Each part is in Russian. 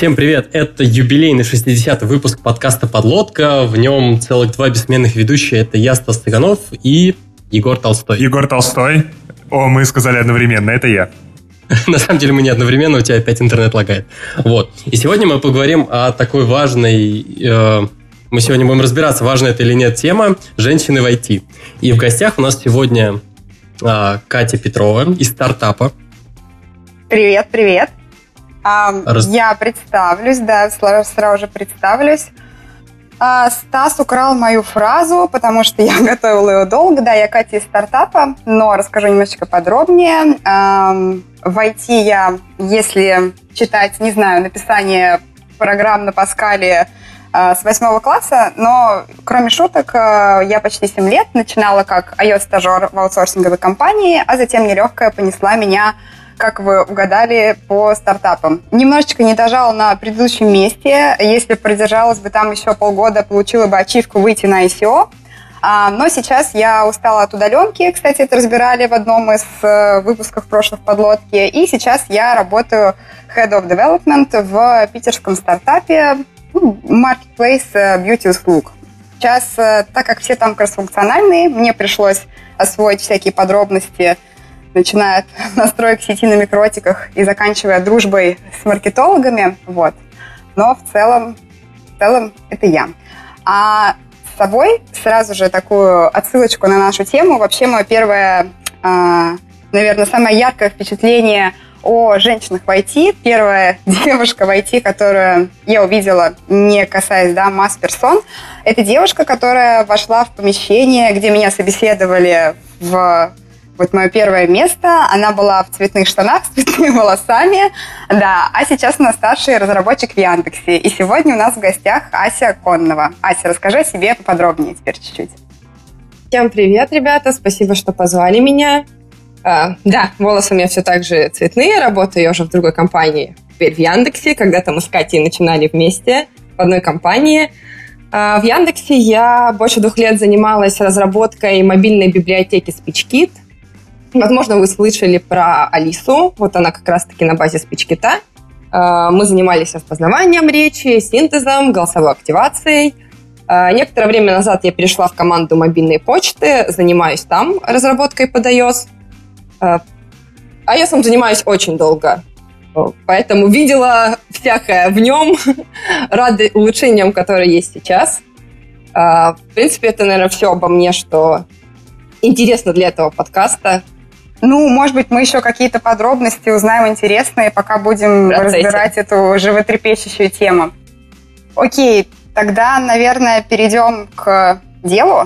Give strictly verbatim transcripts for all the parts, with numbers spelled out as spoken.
Всем привет! Это юбилейный шестидесятый выпуск подкаста «Подлодка». В нем целых два бессменных ведущих. Это я, Стас Цыганов, и Егор Толстой. Егор Толстой. О, мы сказали одновременно, это я. На самом деле мы не одновременно, у тебя опять интернет лагает. Вот. И сегодня мы поговорим о такой важной... Э, мы сегодня будем разбираться, важна это или нет тема «Женщины в ай ти». И в гостях у нас сегодня э, Катя Петрова из стартапа. Привет, привет. А, Раз... Я представлюсь, да, сразу же представлюсь. А, Стас украл мою фразу, потому что я готовила ее долго. Да, я Катя из стартапа, но расскажу немножечко подробнее. А, в ай ти я, если читать, не знаю, написание программ на Паскале а, с восьмого класса, но кроме шуток, а, я почти семь лет начинала как ай о-стажер в аутсорсинговой компании, а затем нелегкая понесла меня, как вы угадали, по стартапам. Немножечко не дожала на предыдущем месте. Если продержалась бы там еще полгода, получила бы ачивку выйти на ай си о. А, но сейчас я устала от удаленки. Кстати, это разбирали в одном из э, выпусков прошлых «Подлодки». И сейчас я работаю Head of Development в питерском стартапе Marketplace Beauty-услуг. Сейчас, э, так как все там кроссфункциональные, мне пришлось освоить всякие подробности, начиная от настроек сети на микротиках и заканчивая дружбой с маркетологами, вот. Но в целом, в целом это я. А с собой сразу же такую отсылочку на нашу тему. Вообще мое первое, наверное, самое яркое впечатление о женщинах в ай ти. Первая девушка в ай ти, которую я увидела, не касаясь, да, масс-персон, это девушка, которая вошла в помещение, где меня собеседовали в... Вот мое первое место, она была в цветных штанах, с цветными волосами, да, а сейчас она старший разработчик в Яндексе. И сегодня у нас в гостях Ася Коннова. Ася, расскажи о себе поподробнее теперь чуть-чуть. Всем привет, ребята, спасибо, что позвали меня. А, да, волосы у меня все так же цветные, работаю я уже в другой компании, теперь в Яндексе. Когда-то мы с Катей начинали вместе в одной компании. А, в Яндексе я больше двух лет занималась разработкой мобильной библиотеки SpeechKit. Возможно, вы слышали про Алису. Вот она как раз-таки на базе SpeechKit. Мы занимались распознаванием речи, синтезом, голосовой активацией. Некоторое время назад я перешла в команду мобильной почты, занимаюсь там разработкой под iOS. iOS занимаюсь очень долго, поэтому видела всякое в нем, рада улучшениям, которые есть сейчас. В принципе, это, наверное, все обо мне, что интересно для этого подкаста. Ну, может быть, мы еще какие-то подробности узнаем интересные, пока будем разбирать эту животрепещущую тему. Окей, тогда, наверное, перейдем к делу.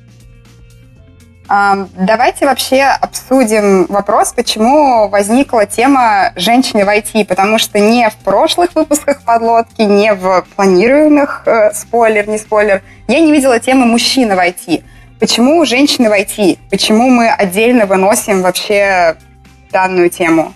Давайте вообще обсудим вопрос, почему возникла тема женщины в ай ти, потому что не в прошлых выпусках «Подлодки», не в планируемых, э, спойлер, не спойлер, я не видела темы «мужчина в ай ти». Почему женщины в ай ти? Почему мы отдельно выносим вообще данную тему?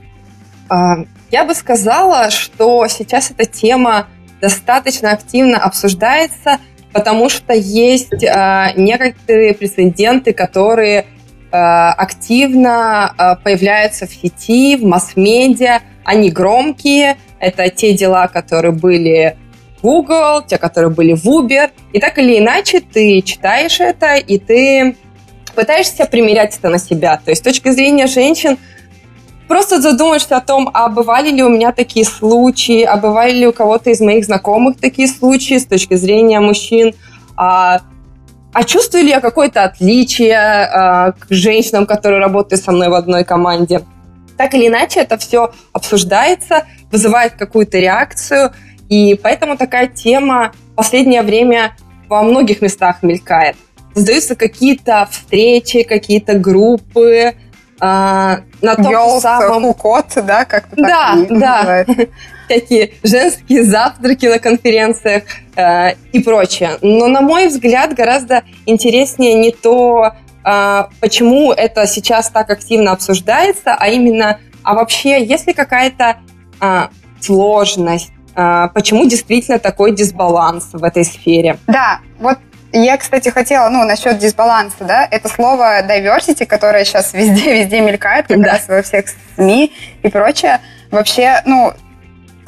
Я бы сказала, что сейчас эта тема достаточно активно обсуждается, потому что есть некоторые прецеденты, которые активно появляются в сети, в масс-медиа. Они громкие. Это те дела, которые были Google, те, которые были в Uber. И так или иначе ты читаешь это, и ты пытаешься примерять это на себя. То есть с точки зрения женщин просто задумаешься о том, а бывали ли у меня такие случаи, а бывали ли у кого-то из моих знакомых такие случаи с точки зрения мужчин, а, а чувствую ли я какое-то отличие а, к женщинам, которые работают со мной в одной команде. Так или иначе это все обсуждается, вызывает какую-то реакцию. И поэтому такая тема в последнее время во многих местах мелькает. Создаются какие-то встречи, какие-то группы э, на том Girls самом... Who Code, да, как-то да, так да. Всякие женские завтраки на конференциях э, и прочее. Но, на мой взгляд, гораздо интереснее не то, э, почему это сейчас так активно обсуждается, а именно, а вообще, есть ли какая-то э, сложность, почему действительно такой дисбаланс в этой сфере? Да, вот я, кстати, хотела, ну, насчет дисбаланса, да, это слово diversity, которое сейчас везде-везде мелькает, как да. раз во всех СМИ и прочее. Вообще, ну,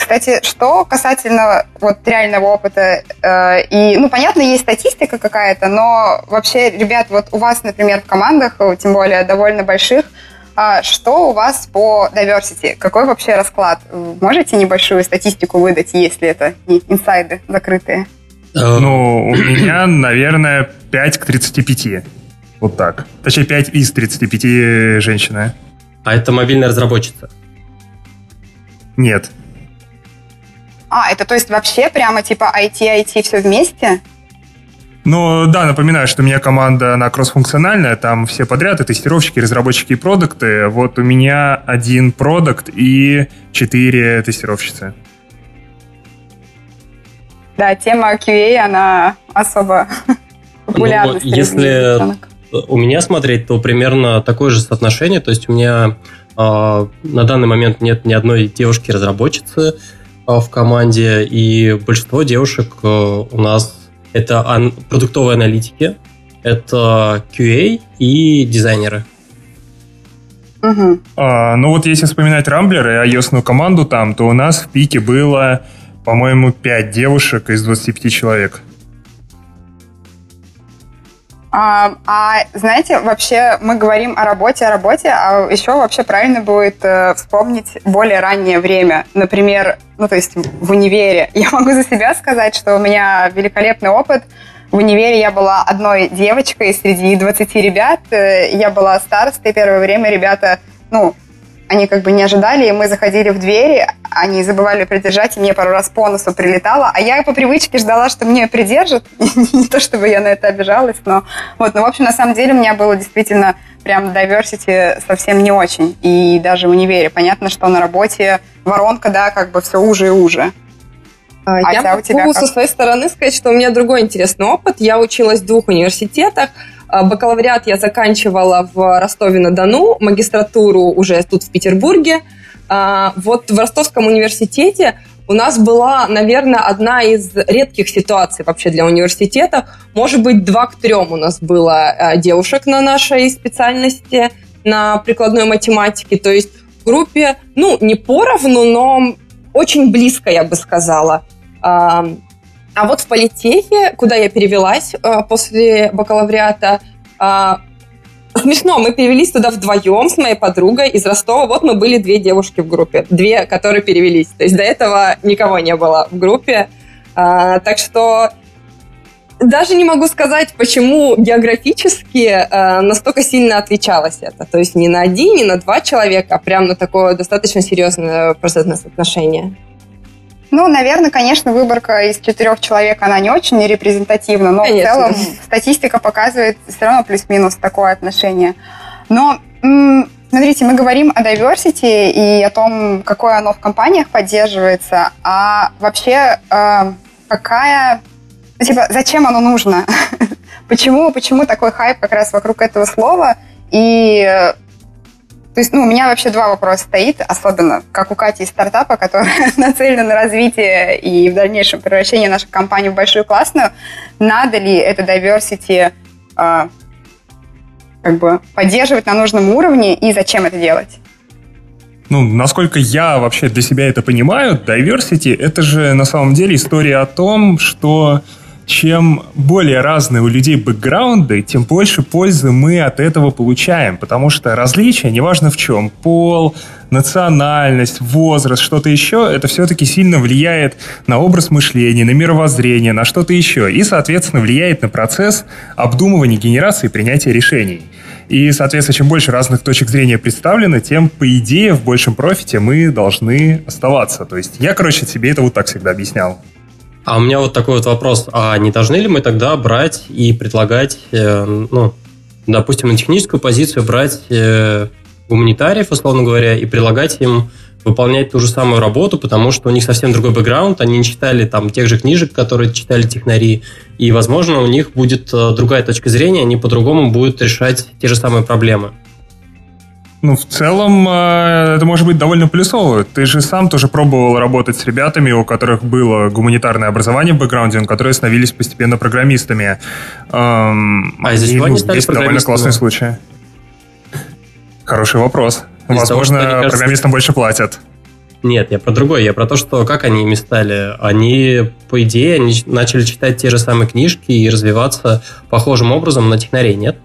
Кстати, что касательно вот реального опыта, э, и, ну, понятно, есть статистика какая-то, но вообще, ребят, вот у вас, например, в командах, тем более довольно больших, э, что у вас по diversity? Какой вообще расклад? Можете небольшую статистику выдать, если это не инсайды закрытые? Ну, у меня, наверное, пять к тридцати пяти. Вот так. Точнее, пять из тридцати пяти женщины. А это мобильная разработчица? Нет. А, это то есть вообще прямо типа ай ти ай ти все вместе? Ну, да, напоминаю, что у меня команда, она кроссфункциональная, там все подряд, и тестировщики, и разработчики, и продукты. Вот у меня один продукт и четыре тестировщицы. Да, тема кью эй, она особо популярна. Ну, если у меня смотреть, то примерно такое же соотношение. То есть у меня э, на данный момент нет ни одной девушки-разработчицы э, в команде, и большинство девушек э, у нас это ан- продуктовые аналитики, это кью эй и дизайнеры. Угу. А, ну вот если вспоминать Рамблер и iOS-ную команду там, то у нас в пике было, по-моему, пять девушек из двадцати пяти человек. А, а знаете, вообще мы говорим о работе, о работе, а еще вообще правильно будет э, вспомнить более раннее время. Например, ну то есть в универе. Я могу за себя сказать, что у меня великолепный опыт. В универе я была одной девочкой среди двадцати ребят. Я была старостой. Первое время ребята, ну, они как бы не ожидали, и мы заходили в двери, они забывали придержать, и мне пару раз по носу прилетало, а я по привычке ждала, что мне придержат. Не то, чтобы я на это обижалась, но вот, ну, в общем, на самом деле у меня было действительно прям diversity совсем не очень. И даже в универе понятно, что на работе воронка, да, как бы все уже и уже. А я могу у тебя со как? своей стороны сказать, что у меня другой интересный опыт. Я училась в двух университетах. Бакалавриат я заканчивала в Ростове-на-Дону, магистратуру уже тут в Петербурге. Вот в Ростовском университете у нас была, наверное, одна из редких ситуаций вообще для университета. Может быть, два к трем у нас было девушек на нашей специальности, на прикладной математике. То есть в группе, ну, не поровну, но очень близко, я бы сказала. А вот в политехе, куда я перевелась э, после бакалавриата, э, смешно, мы перевелись туда вдвоем с моей подругой из Ростова. Вот мы были две девушки в группе, две, которые перевелись. То есть до этого никого не было в группе. Э, так что даже не могу сказать, почему географически э, настолько сильно отличалось это. То есть не на один, не на два человека, а прям на такое достаточно серьезное процентное соотношение. Ну, наверное, конечно, выборка из четырех человек, она не очень репрезентативна, но конечно. В целом статистика показывает все равно плюс-минус такое отношение. Но, м- смотрите, мы говорим о diversity и о том, какое оно в компаниях поддерживается, а вообще э, какая... Ну, типа, зачем оно нужно? почему, почему такой хайп как раз вокруг этого слова? И... То есть, ну, у меня вообще два вопроса стоит, особенно как у Кати из стартапа, которая нацелена на развитие и в дальнейшем превращение нашей компании в большую классную. Надо ли это diversity э, как бы поддерживать на нужном уровне и зачем это делать? Ну, насколько я вообще для себя это понимаю, diversity — это же на самом деле история о том, что чем более разные у людей бэкграунды, тем больше пользы мы от этого получаем, потому что различия, неважно в чем, пол, национальность, возраст, что-то еще, это все-таки сильно влияет на образ мышления, на мировоззрение, на что-то еще, и, соответственно, влияет на процесс обдумывания, генерации и принятия решений. И, соответственно, чем больше разных точек зрения представлено, тем, по идее, в большем профите мы должны оставаться. То есть я, короче, себе это вот так всегда объяснял. А у меня вот такой вот вопрос. А не должны ли мы тогда брать и предлагать, э, ну, допустим, на техническую позицию брать э, гуманитариев, условно говоря, и предлагать им выполнять ту же самую работу, потому что у них совсем другой бэкграунд, они не читали там тех же книжек, которые читали технари, и, возможно, у них будет э, другая точка зрения, они по-другому будут решать те же самые проблемы. Ну, в целом, это может быть довольно плюсово. Ты же сам тоже пробовал работать с ребятами, у которых было гуманитарное образование в бэкграунде, которые становились постепенно программистами. Эм, а из-за чего они стали есть довольно классный случай. Хороший вопрос. Из Возможно, того, кажется, программистам больше платят. Нет, я про другое. Я про то, что как они ими стали. Они, по идее, они начали читать те же самые книжки и развиваться похожим образом на технарей, нет?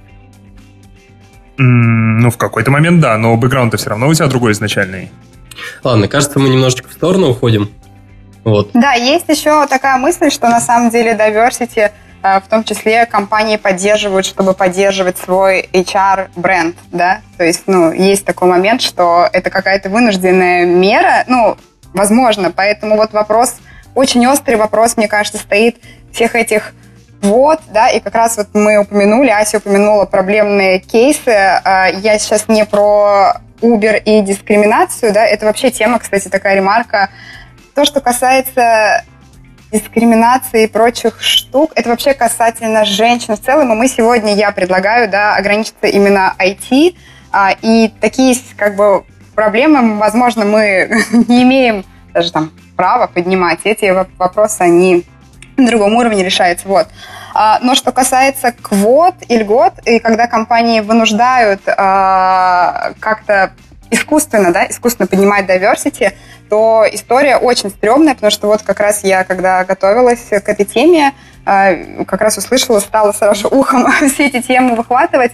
Mm, ну, в какой-то момент да, но бэкграунд-то все равно у тебя другой изначальный. Ладно, кажется, мы немножечко в сторону уходим. Вот. Да, есть еще такая мысль, что на самом деле diversity, в том числе компании поддерживают, чтобы поддерживать свой эйч ар-бренд, да, то есть, ну, есть такой момент, что это какая-то вынужденная мера, ну, возможно, поэтому вот вопрос, очень острый вопрос, мне кажется, стоит всех этих квот, да, и как раз вот мы упомянули, Ася упомянула проблемные кейсы, я сейчас не про Uber и дискриминацию, да, это вообще тема, кстати, такая ремарка. То, что касается дискриминации и прочих штук, это вообще касательно женщин в целом, и мы сегодня, я предлагаю, да, ограничиться именно ай ти, а, и такие, как бы, проблемы, возможно, мы не имеем даже там права поднимать, эти вопросы, они на другом уровне решаются, вот. А, но что касается квот и льгот, и когда компании вынуждают а, как-то искусственно, да, искусственно поднимать diversity, то история очень стрёмная, потому что вот как раз я, когда готовилась к этой теме, как раз услышала, стала сразу ухом все эти темы выхватывать.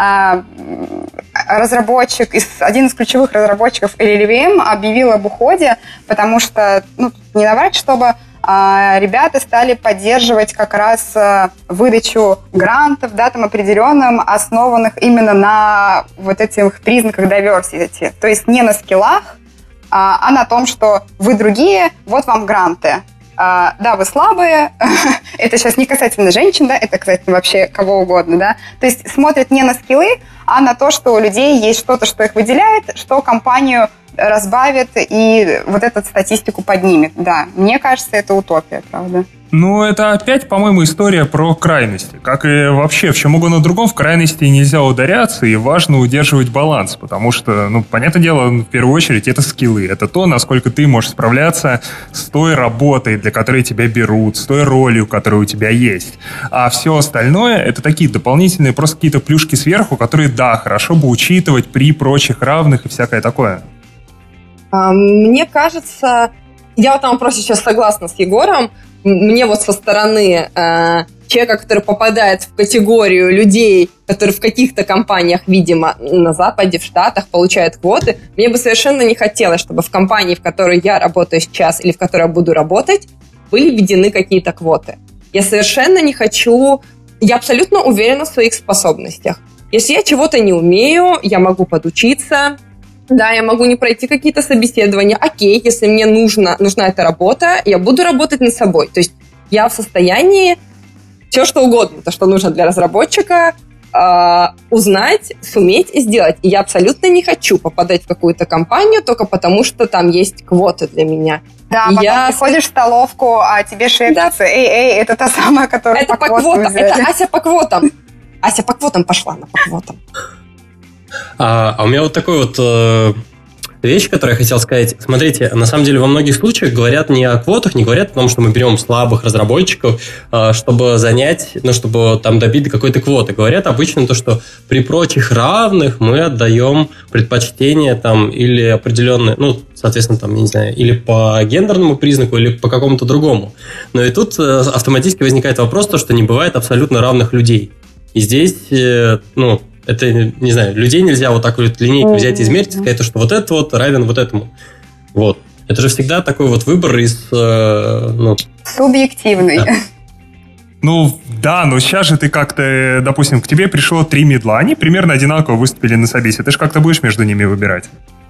Разработчик, один из ключевых разработчиков эл эл ви эм объявил об уходе, потому что, ну, не наврать, чтобы ребята стали поддерживать как раз выдачу грантов, да, там определенным, основанных именно на вот этих признаках diversity. То есть не на скиллах, а на том, что вы другие, вот вам гранты. Да, вы слабые, это сейчас не касательно женщин, да, это касательно вообще кого угодно, да. То есть смотрят не на скиллы, а на то, что у людей есть что-то, что их выделяет, что компанию разбавит и вот эту статистику поднимет. Да, мне кажется, это утопия, правда. Ну, это опять, по-моему, история про крайности. Как и вообще в чем угодно другом, в крайности нельзя ударяться, и важно удерживать баланс, потому что, ну, понятное дело, в первую очередь, это скиллы. Это то, насколько ты можешь справляться с той работой, для которой тебя берут, с той ролью, которая у тебя есть. А все остальное — это такие дополнительные просто какие-то плюшки сверху, которые, да, хорошо бы учитывать при прочих равных и всякое такое. Мне кажется, я в этом вопросе сейчас согласна с Егором. Мне вот со стороны э, человека, который попадает в категорию людей, которые в каких-то компаниях, видимо, на Западе, в Штатах получают квоты, мне бы совершенно не хотелось, чтобы в компании, в которой я работаю сейчас или в которой я буду работать, были введены какие-то квоты. Я совершенно не хочу... Я абсолютно уверена в своих способностях. Если я чего-то не умею, я могу подучиться... Да, я могу не пройти какие-то собеседования. Окей, если мне нужно, нужна эта работа, я буду работать над собой. То есть я в состоянии все, что угодно, то, что нужно для разработчика, э, узнать, суметь и сделать. И я абсолютно не хочу попадать в какую-то компанию только потому, что там есть квоты для меня. Да, потом я... ты ходишь в столовку, а тебе шепчется, да. эй, эй, это та самая, которая это по, по квотам. Это Ася по квотам. Ася по квотам пошла, она по квотам. А, а у меня вот такой вот э, вещь, которую я хотел сказать. Смотрите, на самом деле во многих случаях говорят не о квотах, не говорят о том, что мы берем слабых разработчиков, э, чтобы занять, ну, чтобы там добить до какой-то квоты. Говорят обычно то, что при прочих равных мы отдаем предпочтение там или определенные, ну, соответственно, там, я не знаю, или по гендерному признаку, или по какому-то другому. Но и тут э, автоматически возникает вопрос, то, что не бывает абсолютно равных людей. И здесь, э, ну, это, не знаю, людей нельзя вот так вот линейку взять и измерить и сказать, что вот это вот равен вот этому. Вот. Это же всегда такой вот выбор из... Э, ну... Субъективный. Да. Ну, да, но сейчас же ты как-то, допустим, к тебе пришло три мидла, они примерно одинаково выступили на собесе. Ты же как-то будешь между ними выбирать.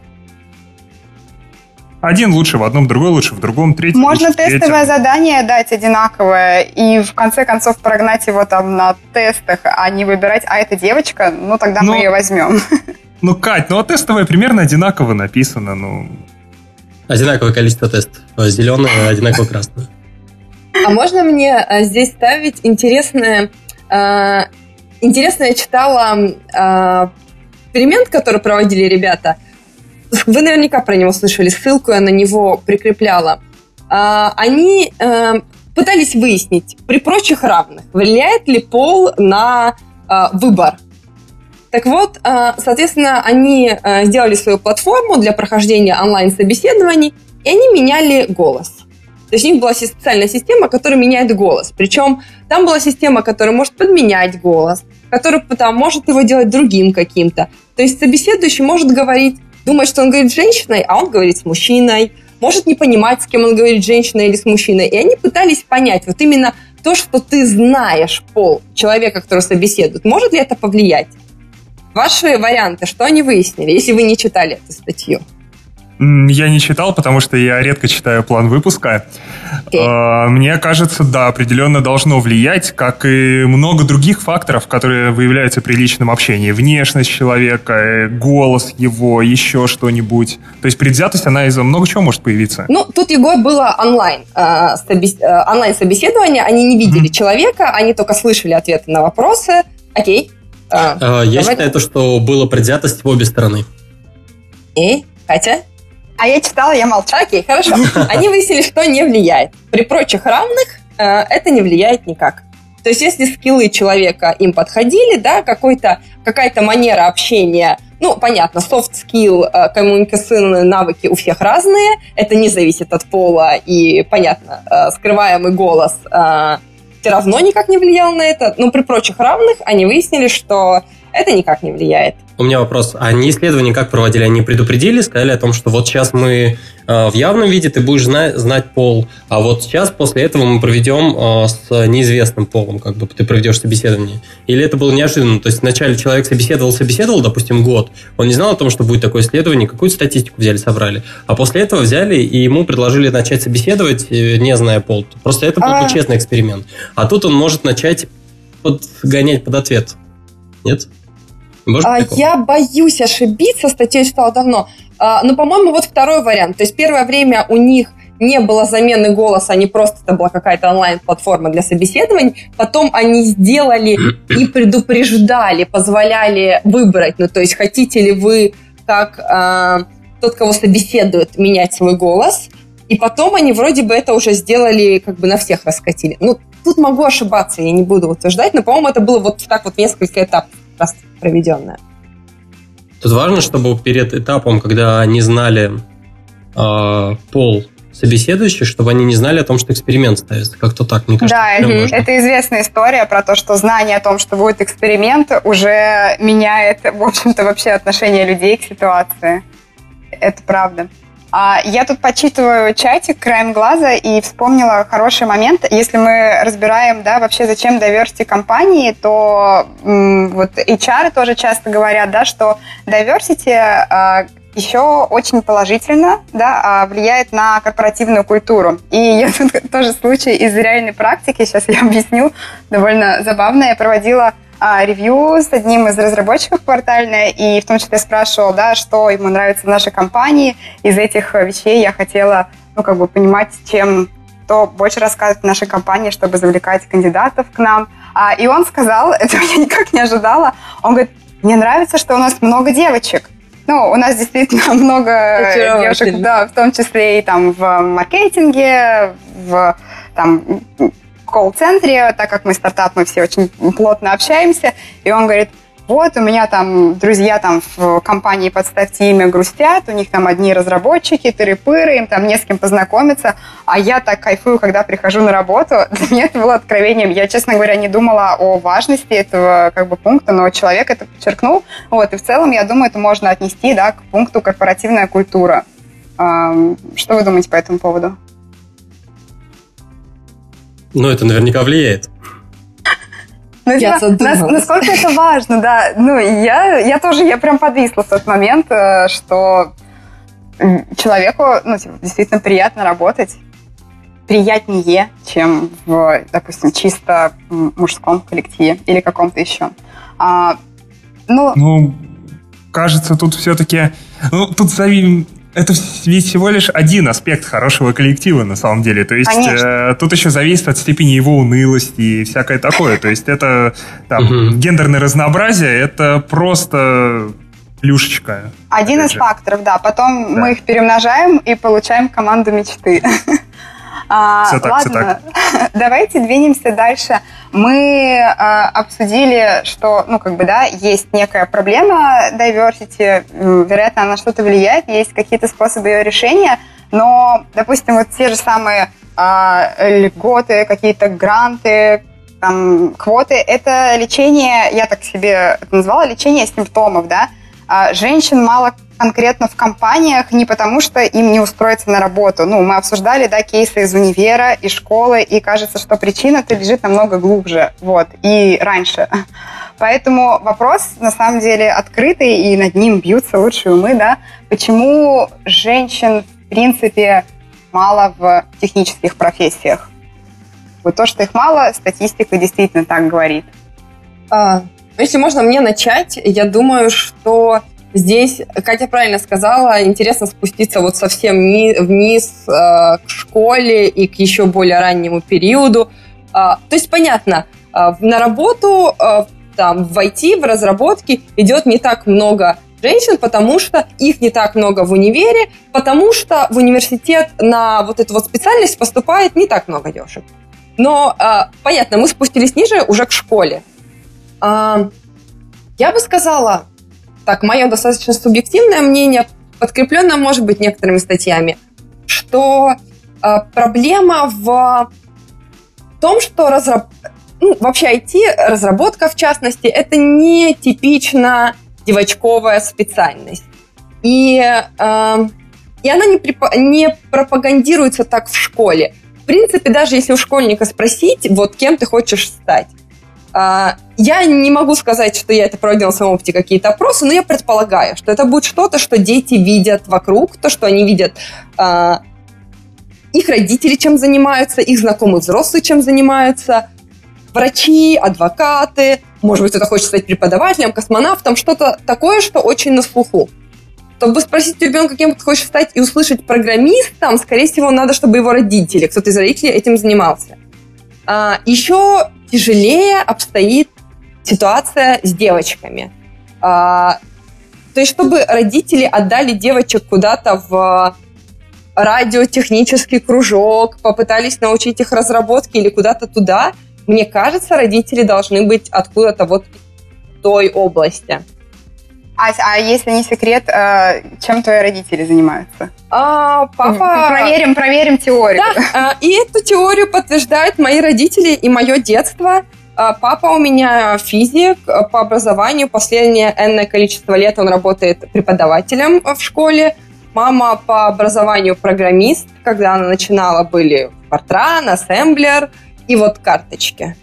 Один лучше в одном, другой лучше в другом, третий Можно лучше в третьем. тестовое задание дать одинаковое и в конце концов прогнать его там на тестах, а не выбирать, а это девочка, ну тогда но, мы ее возьмем. Ну, Кать, ну а тестовое примерно одинаково написано, ну... Одинаковое количество тестов. Зеленое, одинаково красное. А можно мне здесь ставить интересное... Э, интересное я читала э, эксперимент, который проводили ребята. Вы наверняка про него слышали, ссылку я на него прикрепляла. Они пытались выяснить, при прочих равных, влияет ли пол на выбор. Так вот, соответственно, они сделали свою платформу для прохождения онлайн-собеседований, и они меняли голос. То есть у них была специальная система, которая меняет голос. Причем там была система, которая может подменять голос, которая потом может его делать другим каким-то. То есть собеседующий может говорить, думать, что он говорит с женщиной, а он говорит с мужчиной. Может не понимать, с кем он говорит, с женщиной или с мужчиной. И они пытались понять, вот именно то, что ты знаешь пол человека, который собеседует, может ли это повлиять? Ваши варианты, что они выяснили, если вы не читали эту статью? Я не читал, потому что я редко читаю план выпуска. Okay. Мне кажется, да, определенно должно влиять, как и много других факторов, которые выявляются при личном общении. Внешность человека, голос его, еще что-нибудь. То есть предвзятость, она из-за много чего может появиться. Ну, тут, Егор, было онлайн, э, собес... онлайн-собеседование. Они не видели mm-hmm. человека, они только слышали ответы на вопросы. Окей. Okay. Uh, я считаю, то, что было предвзятость в обе стороны. И, Катя? А я читала, я молчу. Окей, хорошо. Они выяснили, что не влияет. При прочих равных э, это не влияет никак. То есть, если скиллы человека им подходили, да, какой-то, какая-то манера общения, ну, понятно, soft skill, э, коммуникационные навыки у всех разные, это не зависит от пола, и, понятно, э, скрываемый голос э, все равно никак не влиял на это, но при прочих равных они выяснили, что это никак не влияет. У меня вопрос. Они исследования как проводили? Они предупредили, сказали о том, что вот сейчас мы э, в явном виде ты будешь знать, знать пол, а вот сейчас после этого мы проведем э, с неизвестным полом, как бы ты проведешь собеседование. Или это было неожиданно? То есть вначале человек собеседовал, собеседовал, допустим, год, он не знал о том, что будет такое исследование, какую-то статистику взяли, собрали, а после этого взяли и ему предложили начать собеседовать, не зная пол. Просто это был а... честный эксперимент. А тут он может начать подгонять под ответ. Нет? А, я боюсь ошибиться, статью читала давно. А, но, по-моему, вот второй вариант. То есть первое время у них не было замены голоса, они просто, это была какая-то онлайн-платформа для собеседований. Потом они сделали и предупреждали, позволяли выбрать. Ну, то есть хотите ли вы, как а, тот, кого собеседуют, менять свой голос. И потом они вроде бы это уже сделали, как бы на всех раскатили. Ну, тут могу ошибаться, я не буду утверждать, но, по-моему, это было вот так вот несколько этапов проведенная. Тут важно, чтобы перед этапом, когда они знали э, пол собеседующих, чтобы они не знали о том, что эксперимент ставится. Как-то так, мне кажется. Да, это, это известная история про то, что знание о том, что будет эксперимент, уже меняет, в общем-то, вообще отношение людей к ситуации. Это правда. Я тут почитываю чатик краем глаза и вспомнила хороший момент. Если мы разбираем, да, вообще зачем diversity компании, то м, вот эйч ар тоже часто говорят, да, что diversity а, еще очень положительно, да, влияет на корпоративную культуру. И я тут тоже случай из реальной практики, сейчас я объясню, довольно забавно. Я проводила ревью с одним из разработчиков квартальной, и в том числе спрашивал, да, что ему нравится в нашей компании. Из этих вещей я хотела, ну, как бы понимать, чем кто больше рассказывает в нашей компании, чтобы завлекать кандидатов к нам. А, и он сказал, этого я никак не ожидала, он говорит, мне нравится, что у нас много девочек. Ну, у нас действительно много девушек, да, в том числе и там в маркетинге, в там колл-центре, так как мы стартап, мы все очень плотно общаемся, и он говорит, вот, у меня там друзья там в компании «Подставьте имя» грустят, у них там одни разработчики, тыры-пыры, им там не с кем познакомиться, а я так кайфую, когда прихожу на работу. Для меня это было откровением. Я, честно говоря, не думала о важности этого как бы пункта, но человек это подчеркнул. Вот, и в целом, я думаю, это можно отнести, да, к пункту «корпоративная культура». Что вы думаете по этому поводу? Ну, это наверняка влияет. Ну, я типа, нас, насколько это важно, да. Ну, я, я тоже, я прям подвисла в тот момент, что человеку, ну, типа, действительно приятно работать. Приятнее, чем в, допустим, чисто мужском коллективе или каком-то еще. А, ну, ну, кажется, тут все-таки... Ну, тут зависит... Это ведь всего лишь один аспект хорошего коллектива, на самом деле. То есть э, тут еще зависит от степени его унылости и всякое такое. То есть это там, угу. гендерное разнообразие, это просто плюшечка. Один из же. факторов, да. Потом да. мы их перемножаем и получаем команду мечты. Все так, все так. давайте двинемся дальше. Мы э, обсудили, что, ну, как бы, да, есть некая проблема diversity, вероятно, она на что-то влияет, есть какие-то способы ее решения, но, допустим, вот те же самые э, льготы, какие-то гранты, там, квоты, это лечение, я так себе это назвала, лечение симптомов, да. А женщин мало конкретно в компаниях не потому, что им не устроиться на работу. Ну, мы обсуждали, да, кейсы из универа, из школы, и кажется, что причина-то лежит намного глубже, вот, и раньше. Поэтому вопрос, на самом деле, открытый, и над ним бьются лучшие умы, да, почему женщин, в принципе, мало в технических профессиях? Вот то, что их мало, статистика действительно так говорит. А, если можно мне начать, я думаю, что здесь, Катя правильно сказала, интересно спуститься вот совсем вниз э, к школе и к еще более раннему периоду. Э, то есть, понятно, э, на работу э, там, в ай ти, в разработке идет не так много женщин, потому что их не так много в универе, потому что в университет на вот эту вот специальность поступает не так много девушек. Но, э, понятно, мы спустились ниже уже к школе. Э, я бы сказала... Так, мое достаточно субъективное мнение, подкрепленное, может быть, некоторыми статьями, что э, проблема в том, что разраб... ну, вообще ай ти, разработка в частности, это не типично девочковая специальность. И, э, и она не, припо... не пропагандируется так в школе. В принципе, даже если у школьника спросить, вот кем ты хочешь стать, я не могу сказать, что я это проводила на своем опыте, какие-то опросы, но я предполагаю, что это будет что-то, что дети видят вокруг, то, что они видят э, их родители чем занимаются, их знакомые взрослые чем занимаются, врачи, адвокаты, может быть, кто-то хочет стать преподавателем, космонавтом, что-то такое, что очень на слуху. Чтобы спросить у ребенка, кем ты хочешь стать, и услышать программистом, скорее всего, надо, чтобы его родители, кто-то из родителей этим занимался. А, еще тяжелее обстоит ситуация с девочками. А, то есть, чтобы родители отдали девочек куда-то в радиотехнический кружок, попытались научить их разработке или куда-то туда, мне кажется, родители должны быть откуда-то вот в той области. Ася, а если не секрет, чем твои родители занимаются? А, папа... Проверим, проверим теорию. Да, и эту теорию подтверждают мои родители и мое детство. Папа у меня физик по образованию. Последнее энное количество лет он работает преподавателем в школе. Мама по образованию программист. Когда она начинала, были Fortran, ассемблер и вот карточки.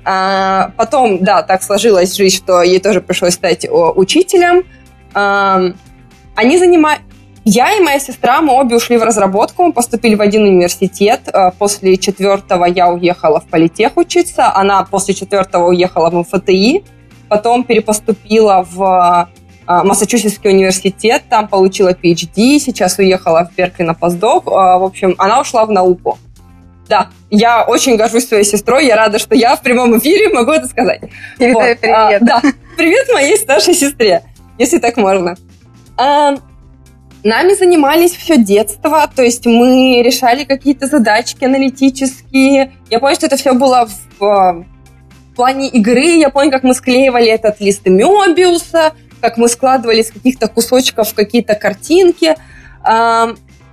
А потом, да, так сложилась жизнь, что ей тоже пришлось стать учителем. А, они занимают... Я и моя сестра, мы обе ушли в разработку, мы поступили в один университет. После четвертого я уехала в политех учиться, она после четвертого уехала в эм эф тэ и, потом перепоступила в Массачусетский университет, там получила пи эйч ди, сейчас уехала в Беркли на постдок. В общем, она ушла в науку. Да, я очень горжусь своей сестрой, я рада, что я в прямом эфире могу это сказать. Передай вот. Привет. А, да, привет моей старшей сестре, если так можно. А, нами занимались все детство, то есть мы решали какие-то задачки аналитические. Я помню, что это все было в, в плане игры, я помню, как мы склеивали этот лист Мёбиуса, как мы складывали из каких-то кусочков какие-то картинки. А,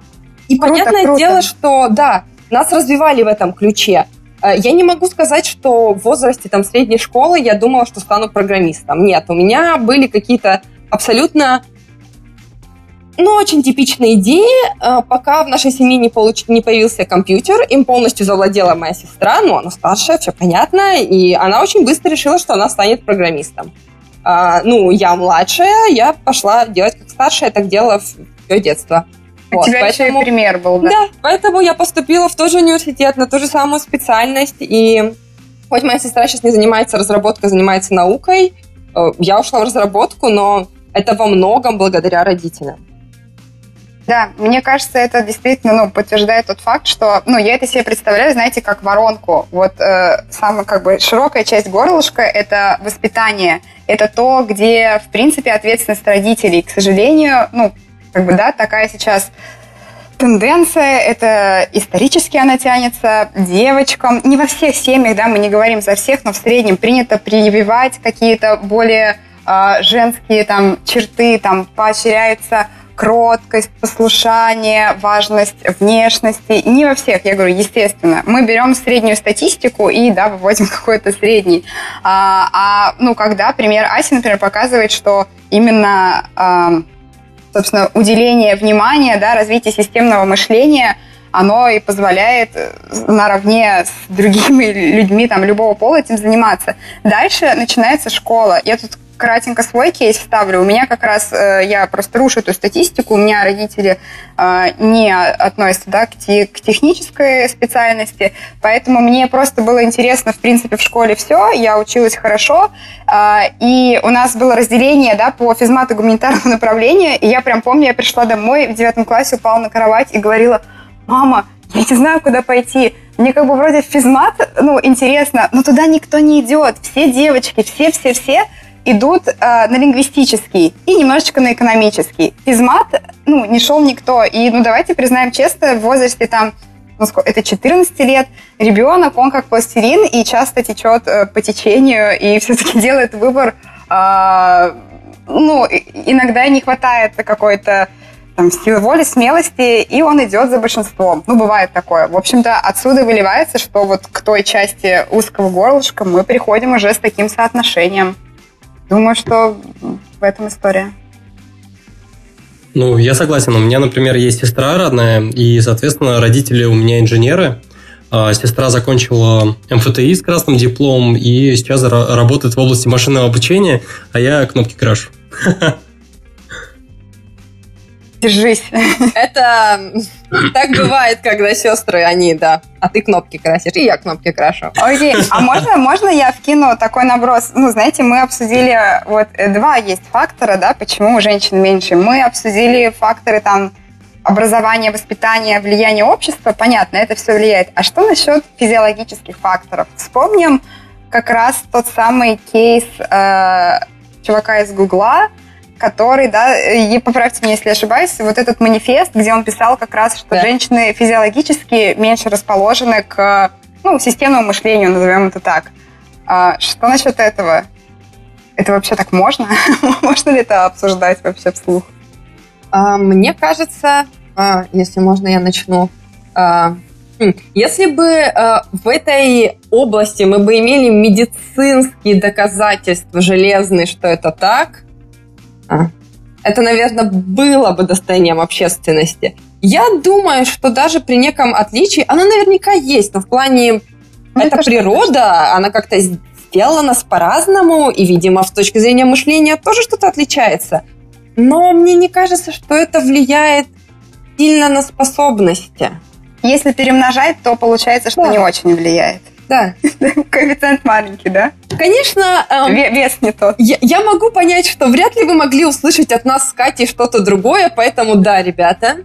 и круто, понятное круто. дело, что да, нас развивали в этом ключе. Я не могу сказать, что в возрасте там, средней школы я думала, что стану программистом. Нет, у меня были какие-то абсолютно, ну, очень типичные идеи, пока в нашей семье не, получ... не появился компьютер. Им полностью завладела моя сестра, ну, она старшая, все понятно, и она очень быстро решила, что она станет программистом. А, ну, я младшая, я пошла делать как старшая, так делала все детство. У вот, тебя поэтому, еще и пример был, да? Да, поэтому я поступила в тот же университет, на ту же самую специальность, и хоть моя сестра сейчас не занимается разработкой, занимается наукой, я ушла в разработку, но это во многом благодаря родителям. Да, мне кажется, это действительно ну, подтверждает тот факт, что ну, я это себе представляю, знаете, как воронку. Вот э, самая как бы широкая часть горлышка – это воспитание. Это то, где, в принципе, ответственность родителей. К сожалению, ну, как бы, да, такая сейчас тенденция, это исторически она тянется девочкам. Не во всех семьях, да, мы не говорим за всех, но в среднем принято прививать какие-то более э, женские там черты, там поощряется кроткость, послушание, важность внешности. Не во всех, я говорю, естественно. Мы берем среднюю статистику и, да, выводим какой-то средний. А, а ну, когда пример Аси, например, показывает, что именно, а, собственно, уделение внимания, да, развитие системного мышления, оно и позволяет наравне с другими людьми там, любого пола этим заниматься. Дальше начинается школа. Я тут кратенько свой кейс вставлю. У меня как раз, э, я просто рушу эту статистику, у меня родители э, не относятся, да, к, те, к технической специальности, поэтому мне просто было интересно, в принципе, в школе все, я училась хорошо, э, и у нас было разделение, да, по физмату гуманитарного направления, и я прям помню, я пришла домой в девятом классе, упала на кровать и говорила: «Мама, я не знаю, куда пойти». Мне как бы вроде физмат, ну, интересно, но туда никто не идет. Все девочки, все-все-все идут э, на лингвистический и немножечко на экономический. Физмат, ну, не шел никто. И, ну, давайте признаем честно, в возрасте там, ну, сколько, это четырнадцать лет, ребенок, он как пластилин и часто течет э, по течению и все-таки делает выбор. Э, ну, иногда не хватает какой-то там силы воли, смелости, и он идет за большинством. Ну, бывает такое. В общем-то, отсюда выливается, что вот к той части узкого горлышка мы приходим уже с таким соотношением. Думаю, что в этом история. Ну, я согласен. У меня, например, есть сестра родная, и, соответственно, родители у меня инженеры. Сестра закончила эм эф тэ и с красным дипломом и сейчас работает в области машинного обучения, а я кнопки крашу. Держись. Это так бывает, когда сестры, они, да, а ты кнопки красишь, и я кнопки крашу. Окей, а можно, можно я вкину такой наброс? Ну, знаете, мы обсудили, вот, два есть фактора, да, почему у женщин меньше. Мы обсудили факторы, там, образования, воспитания, влияния общества, понятно, это все влияет. А что насчет физиологических факторов? Вспомним как раз тот самый кейс э, чувака из Гугла, который, да, и поправьте меня, если я ошибаюсь, вот этот манифест, где он писал как раз, что да. женщины физиологически меньше расположены к, ну, системному мышлению, назовем это так. А что насчет этого? Это вообще так можно? Можно ли это обсуждать вообще вслух? А, мне кажется, а, если можно, я начну. А, если бы а, в этой области мы бы имели медицинские доказательства железные, что это так, это, наверное, было бы достоянием общественности. Я думаю, что даже при неком отличии оно наверняка есть, но в плане ну, это природа, она как-то сделала нас по-разному, и, видимо, с точки зрения мышления тоже что-то отличается. Но мне не кажется, что это влияет сильно на способности. Если перемножать, то получается, что да. не очень влияет. Да. Коэффициент маленький, да? Конечно. Эм, Вес не тот. Я, я могу понять, что вряд ли вы могли услышать от нас с Катей что-то другое, поэтому да, ребята.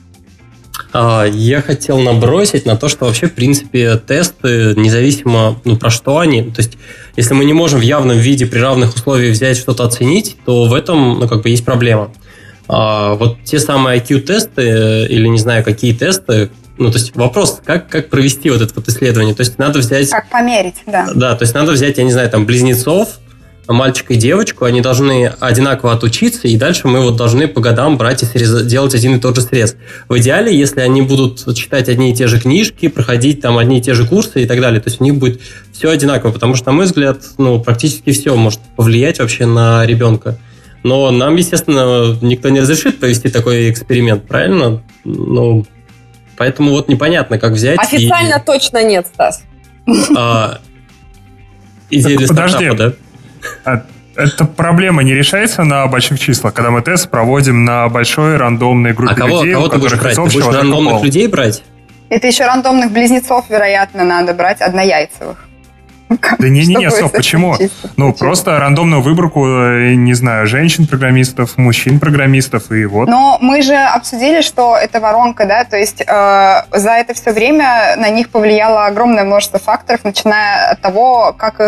Я хотел набросить на то, что вообще, в принципе, тесты, независимо, ну, про что они, то есть, если мы не можем в явном виде при равных условиях взять что-то оценить, то в этом, ну, как бы есть проблема. А вот те самые ай кью-тесты или, не знаю, какие тесты, ну, то есть вопрос, как, как провести вот это вот исследование. То есть надо взять... Как померить, да. Да, то есть надо взять, я не знаю, там, близнецов, мальчика и девочку, они должны одинаково отучиться, и дальше мы вот должны по годам брать и срез... делать один и тот же срез. В идеале, если они будут читать одни и те же книжки, проходить там одни и те же курсы и так далее, то есть у них будет все одинаково, потому что, на мой взгляд, ну, практически все может повлиять вообще на ребенка. Но нам, естественно, никто не разрешит провести такой эксперимент, правильно? Ну... Поэтому вот непонятно, как взять... Официально и... точно нет, Стас. А, идея для стартапа, да? А, эта проблема не решается на больших числах, когда мы тест проводим на большой рандомной группе а кого, людей, кого у ты будешь брать? Ты будешь рандомных пол. людей брать? Это еще рандомных близнецов, вероятно, надо брать, однояйцевых. Да не-не-не, стоп, почему? Ну, просто рандомную выборку, не знаю, женщин-программистов, мужчин-программистов, и вот. Но мы же обсудили, что это воронка, да, то есть э, за это все время на них повлияло огромное множество факторов, начиная от того, как их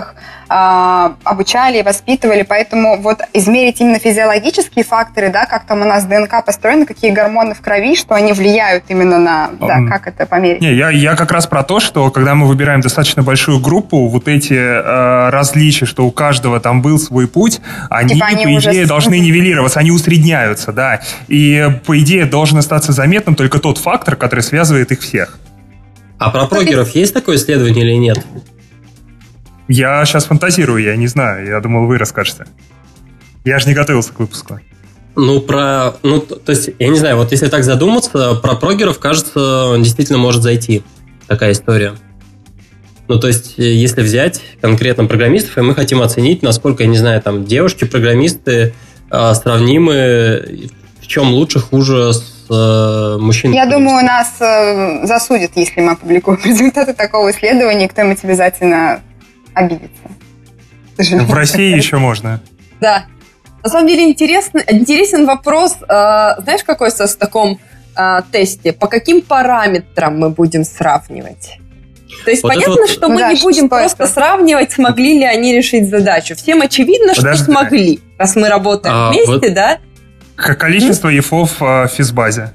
обучали, воспитывали, поэтому вот измерить именно физиологические факторы, да, как там у нас ДНК построена, какие гормоны в крови, что они влияют именно на, да, как это померить. Не, я, я как раз про то, что когда мы выбираем достаточно большую группу, вот эти э, различия, что у каждого там был свой путь, они, типа они по идее, уже... должны нивелироваться, они усредняются, да, и по идее должен остаться заметным только тот фактор, который связывает их всех. А про прогеров есть такое исследование или нет? Я сейчас фантазирую, я не знаю. Я думал, вы расскажете. Я же не готовился к выпуску. Ну, про... Ну, то есть, я не знаю, вот если так задуматься, про прогеров, кажется, действительно может зайти такая история. Ну, то есть, если взять конкретно программистов, и мы хотим оценить, насколько, я не знаю, там, девушки-программисты э, сравнимы, в чем лучше, хуже с э, мужчинами. Я думаю, нас э, засудят, если мы опубликуем результаты такого исследования, кто-нибудь обязательно... обидеться. В России еще можно. Да. На самом деле интересный, интересен вопрос, э, знаешь, какой в таком э, тесте? По каким параметрам мы будем сравнивать? То есть вот понятно, вот... что мы да, не будем просто это? сравнивать, смогли ли они решить задачу. Всем очевидно, Подожди. что смогли, раз мы работаем а, вместе, вот... да? Количество ифов в физбазе.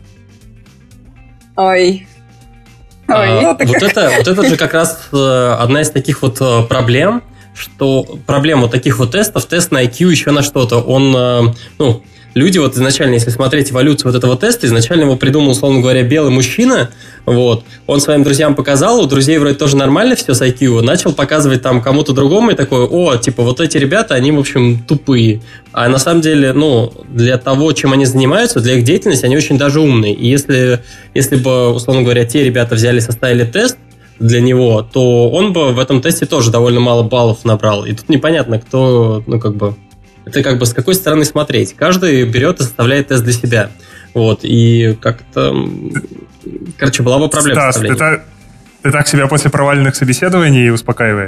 Ой... Ой, а, вот, это, вот это же как раз э, одна из таких вот э, проблем, что проблема вот таких вот тестов, тест на ай кью, еще на что-то, он, э, ну, люди вот изначально, если смотреть эволюцию вот этого теста, изначально его придумал, условно говоря, белый мужчина, вот, он своим друзьям показал, у друзей вроде тоже нормально все с ай кью, начал показывать там кому-то другому и такой, о, типа, вот эти ребята, они, в общем, тупые, а на самом деле, ну, для того, чем они занимаются, для их деятельности, они очень даже умные, и если, если бы, условно говоря, те ребята взяли, составили тест для него, то он бы в этом тесте тоже довольно мало баллов набрал, и тут непонятно, кто, ну, как бы, это как бы с какой стороны смотреть. Каждый берет и составляет тест для себя. Вот, и как-то... Короче, была бы проблема. Стас, ты так, ты так себя после проваленных собеседований успокаиваешь?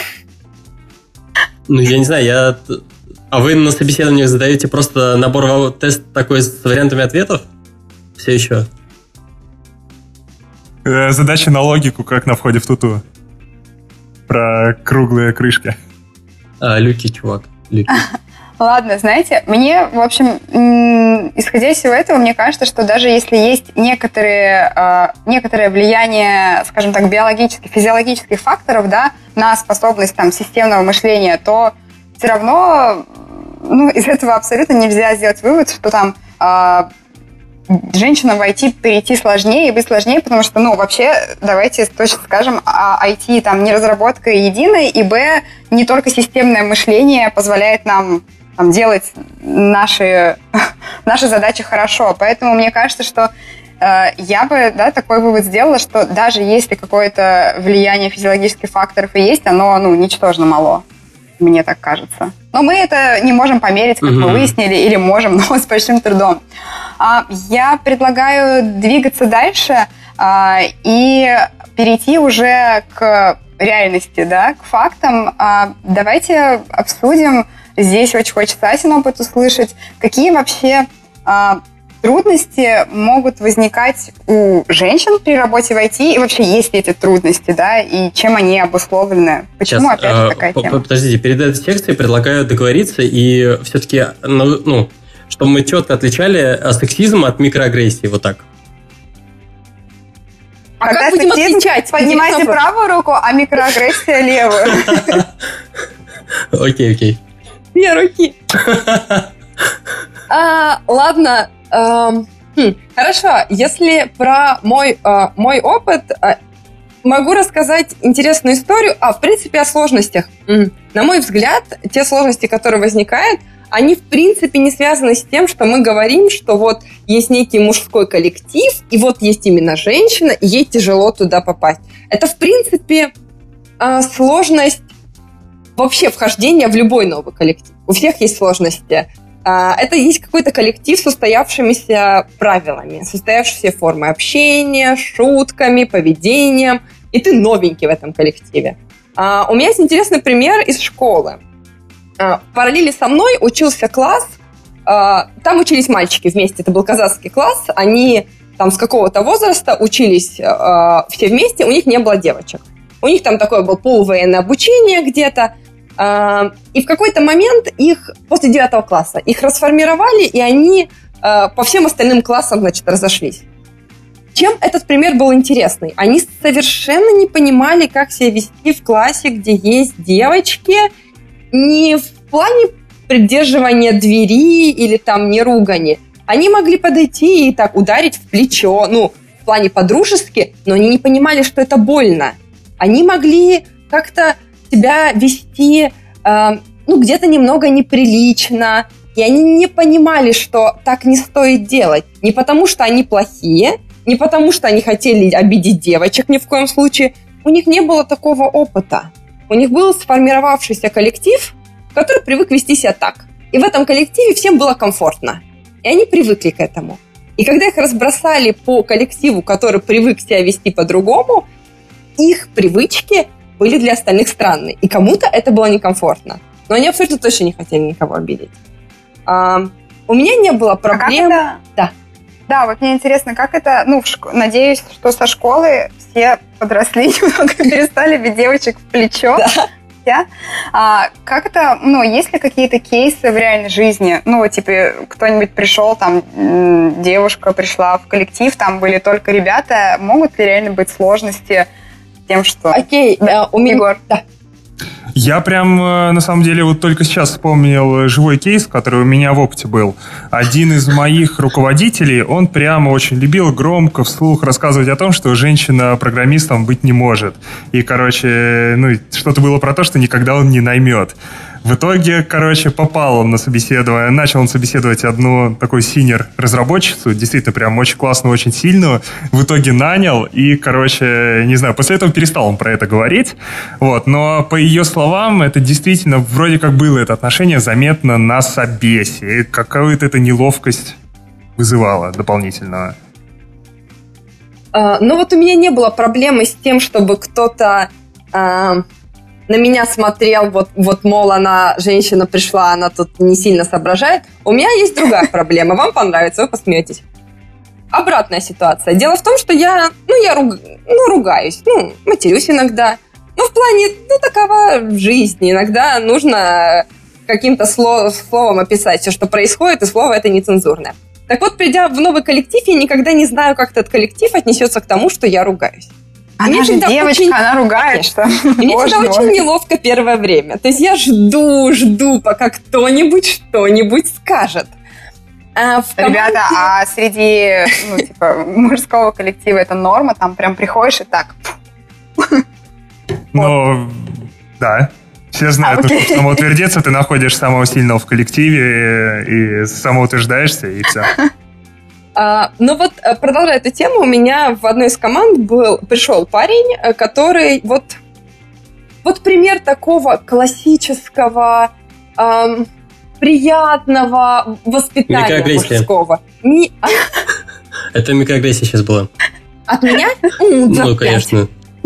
Ну, я не знаю, я... А вы на собеседованиях задаете просто набор тест такой с вариантами ответов? Все еще? Задачи на логику, как на входе в Туту. Про круглые крышки. А, люки, чувак, люки. Ладно, знаете, мне, в общем, исходя из всего этого, мне кажется, что даже если есть некоторые, э, некоторое влияние, скажем так, биологических, физиологических факторов, да, на способность там, системного мышления, то все равно ну, из этого абсолютно нельзя сделать вывод, что там э, женщинам в ай ти перейти сложнее и быть сложнее, потому что, ну, вообще, давайте точно скажем, ай ти там не разработка единая, и б, не только системное мышление позволяет нам там, делать наши, наши задачи хорошо. Поэтому мне кажется, что э, я бы да, такой вывод сделала, что даже если какое-то влияние физиологических факторов и есть, оно ну, ничтожно мало. Мне так кажется. Но мы это не можем померить, как mm-hmm. мы выяснили, или можем, но с большим трудом. А, я предлагаю двигаться дальше а, и перейти уже к реальности, да, к фактам. А, давайте обсудим. Здесь очень хочется Асин опыт услышать. Какие вообще а, трудности могут возникать у женщин при работе в ай ти? И вообще есть ли эти трудности, да? И чем они обусловлены? Почему Сейчас, опять же э, такая тема? Подождите, перед этой секцией предлагаю договориться и все-таки, ну, ну, чтобы мы четко отличали сексизм от микроагрессии. Вот так. А Когда как будем отличать? Поднимайте правую руку, а микроагрессия левую. Окей, окей. Две руки. а, ладно. Эм, хм, хорошо. Если про мой, э, мой опыт, э, могу рассказать интересную историю. А, в принципе, о сложностях. Mm. На мой взгляд, те сложности, которые возникают, они, в принципе, не связаны с тем, что мы говорим, что вот есть некий мужской коллектив, и вот есть именно женщина, и ей тяжело туда попасть. Это, в принципе, э, сложность вообще вхождения в любой новый коллектив. У всех есть сложности. Это есть какой-то коллектив с устоявшимися правилами, с устоявшейся формой общения, шутками, поведением, и ты новенький в этом коллективе. У меня есть интересный пример из школы. В параллели со мной учился класс, там учились мальчики вместе, это был казахский класс, они там с какого-то возраста учились все вместе, у них не было девочек. У них там такое было полувоенное обучение где-то. И в какой-то момент их, после девятого класса, их расформировали, и они по всем остальным классам, значит, разошлись. Чем этот пример был интересный? Они совершенно не понимали, как себя вести в классе, где есть девочки, не в плане придерживания двери или там не ругани. Они могли подойти и так ударить в плечо, ну, в плане по-дружески, но они не понимали, что это больно. Они могли как-то себя вести, э, ну, где-то немного неприлично, и они не понимали, что так не стоит делать. Не потому, что они плохие, не потому, что они хотели обидеть девочек ни в коем случае. У них не было такого опыта. У них был сформировавшийся коллектив, который привык вести себя так. И в этом коллективе всем было комфортно. И они привыкли к этому. И когда их разбросали по коллективу, который привык себя вести по-другому, их привычки были для остальных странны. И кому-то это было некомфортно. Но они абсолютно точно не хотели никого обидеть. А, у меня не было проблем... А да. Да, вот мне интересно, как это, ну, в шко... надеюсь, что со школы все подросли немного, перестали бить девочек в плечо. Да. А, как это, ну, есть ли какие-то кейсы в реальной жизни? Ну, типа, кто-нибудь пришел, там, девушка пришла в коллектив, там были только ребята, могут ли реально быть сложности с тем, что... Окей, да, у меня... Егор. Да. Я прям, на самом деле, вот только сейчас вспомнил живой кейс, который у меня в опыте был. Один из моих руководителей, он прямо очень любил громко вслух рассказывать о том, что женщина программистом быть не может. И, короче, ну, что-то было про то, что никогда он не наймет. В итоге, короче, попал он на собеседование. Начал он собеседовать одну такую синьор-разработчицу, действительно прям очень классную, очень сильную. В итоге нанял и, короче, не знаю, после этого перестал он про это говорить. Вот. Но по ее словам, это действительно вроде как было это отношение заметно на собесе. И какую-то это неловкость вызывало дополнительно. А, ну вот у меня не было проблемы с тем, чтобы кто-то... А... на меня смотрел, вот, вот, мол, она, женщина пришла, она тут не сильно соображает. У меня есть другая проблема. Вам понравится, вы посмеетесь. Обратная ситуация. Дело в том, что я, ну, я руг, ну, ругаюсь, ну, матерюсь иногда. Ну, в плане, ну, такова жизнь. Иногда нужно каким-то слов, словом описать все, что происходит, и слово это нецензурное. Так вот, придя в новый коллектив, я никогда не знаю, как этот коллектив отнесется к тому, что я ругаюсь. Она мне же девочка, очень... она ругается. Мне всегда очень неловко первое время. То есть я жду, жду, пока кто-нибудь что-нибудь скажет. А в команде... Ребята, а среди ну, типа, мужского коллектива это норма? Там прям приходишь и так... Ну, да. Все знают, а, что самоутвердиться, ты находишь самого сильного в коллективе и самоутверждаешься, и все. Uh, ну вот, продолжая эту тему, у меня в одной из команд был, пришел парень, который вот, вот пример такого классического, эм, приятного воспитания мужского. Не... Это микроагрессия сейчас была. От меня? Ну, конечно.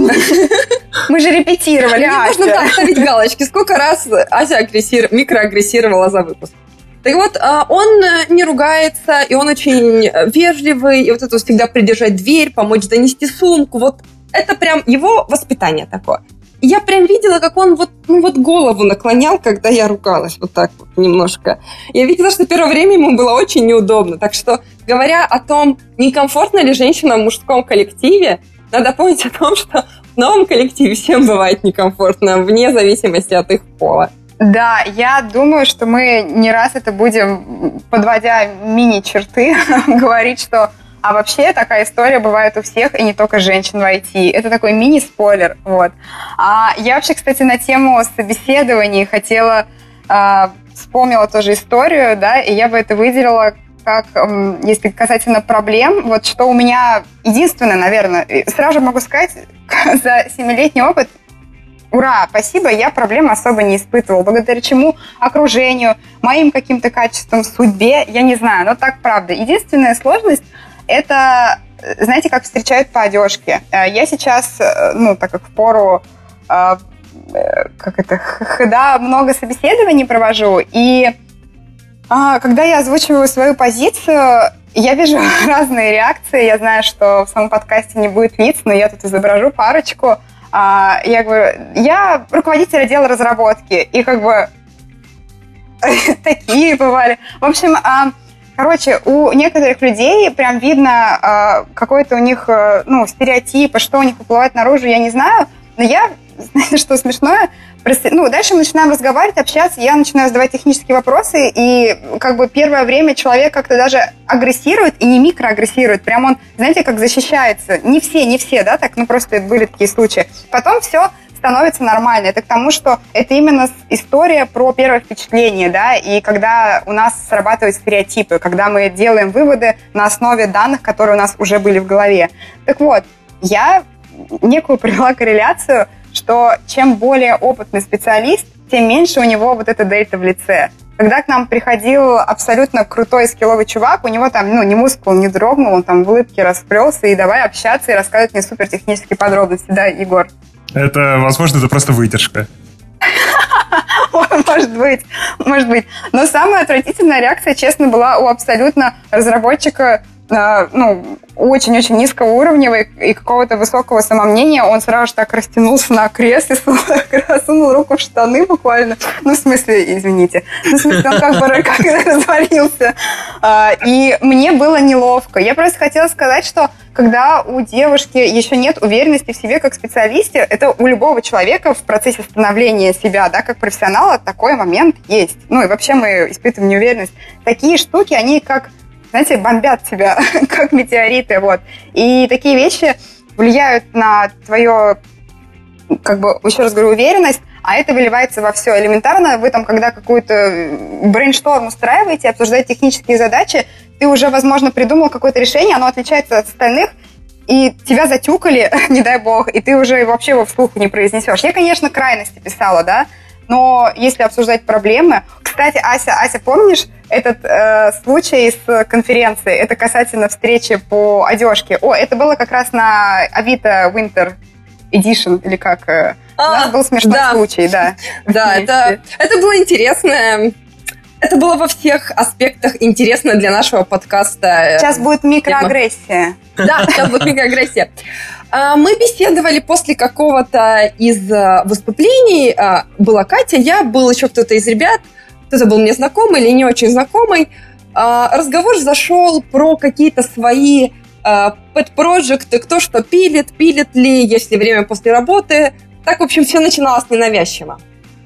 Мы же репетировали, Ася. Можно так ставить галочки. Сколько раз Ася агрессир... микроагрессировала за выпуск. Так вот, он не ругается, и он очень вежливый, и вот это вот всегда придержать дверь, помочь донести сумку, вот это прям его воспитание такое. И я прям видела, как он вот, ну вот голову наклонял, когда я ругалась вот так вот немножко. Я видела, что первое время ему было очень неудобно. Так что, говоря о том, некомфортно ли женщина в мужском коллективе, надо помнить о том, что в новом коллективе всем бывает некомфортно, вне зависимости от их пола. Да, я думаю, что мы не раз это будем, подводя мини-черты, говорить, что а вообще такая история бывает у всех, и не только женщин в ай ти. Это такой мини-спойлер. Вот. А я вообще, кстати, на тему собеседований хотела, э, вспомнила тоже историю, да, и я бы это выделила как, э, если касательно проблем, вот что у меня единственное, наверное, сразу могу сказать, за семилетний опыт, ура, спасибо, я проблем особо не испытывала. Благодаря чему? Окружению, моим каким-то качествам, судьбе, я не знаю, но так правда. Единственная сложность – это, знаете, как встречают по одежке. Я сейчас, ну, так как в пору, как это, да, много собеседований провожу, и когда я озвучиваю свою позицию, я вижу разные реакции. Я знаю, что в самом подкасте не будет лиц, но я тут изображу парочку. А, я говорю, я руководитель отдела разработки. И как бы такие бывали. В общем, короче, у некоторых людей прям видно какой-то у них, ну, стереотип, что у них выплывает наружу, я не знаю. Но я, знаете, что смешное? Ну, дальше мы начинаем разговаривать, общаться, я начинаю задавать технические вопросы, и как бы первое время человек как-то даже агрессирует, и не микроагрессирует, прям он, знаете, как защищается. Не все, не все, да, так, ну просто были такие случаи. Потом все становится нормально. Это к тому, что это именно история про первое впечатление, да, и когда у нас срабатывают стереотипы, когда мы делаем выводы на основе данных, которые у нас уже были в голове. Так вот, я некую привела корреляцию, что чем более опытный специалист, тем меньше у него вот эта дельта в лице. Когда к нам приходил абсолютно крутой скилловый чувак, у него там, ну, ни мускул не дрогнул, он там в улыбке расплелся, и давай общаться и рассказывать мне супертехнические подробности. Да, Егор? Это, возможно, это просто выдержка. Может быть, может быть. Но самая отвратительная реакция, честно, была у абсолютно разработчика, ну, очень-очень низкого уровня и какого-то высокого самомнения. Он сразу же так растянулся на кресле, сунул руку в штаны буквально. Ну, в смысле, извините. Ну, в смысле, он как бы как развалился. И мне было неловко. Я просто хотела сказать, что когда у девушки еще нет уверенности в себе как специалисте, это у любого человека в процессе становления себя, да, как профессионала, такой момент есть. Ну, и вообще мы испытываем неуверенность. Такие штуки, они как, знаете, бомбят тебя, как метеориты, вот. И такие вещи влияют на твою, как бы, еще раз говорю, уверенность, а это выливается во все. Элементарно вы там, когда какую-то брейншторм устраиваете, обсуждаете технические задачи, ты уже, возможно, придумал какое-то решение, оно отличается от остальных, и тебя затюкали, не дай бог, и ты уже вообще его вслух не произнесешь. Я, конечно, крайности писала, да, но если обсуждать проблемы... Кстати, Ася, Ася, помнишь этот э, случай с конференции? Это касательно встречи по одежке. О, это было как раз на Авито Winter Edition, или как... Э, а, у нас был смешной да. случай, да. Да, это, это было интересно. Это было во всех аспектах интересно для нашего подкаста. Сейчас будет микроагрессия. Да, сейчас будет микроагрессия. Мы беседовали после какого-то из выступлений. Была Катя, я, был еще кто-то из ребят. Кто-то был мне знакомый или не очень знакомый. Разговор зашел про какие-то свои пэт-проекты, кто что пилит, пилит ли, есть ли время после работы. Так, в общем, все начиналось ненавязчиво.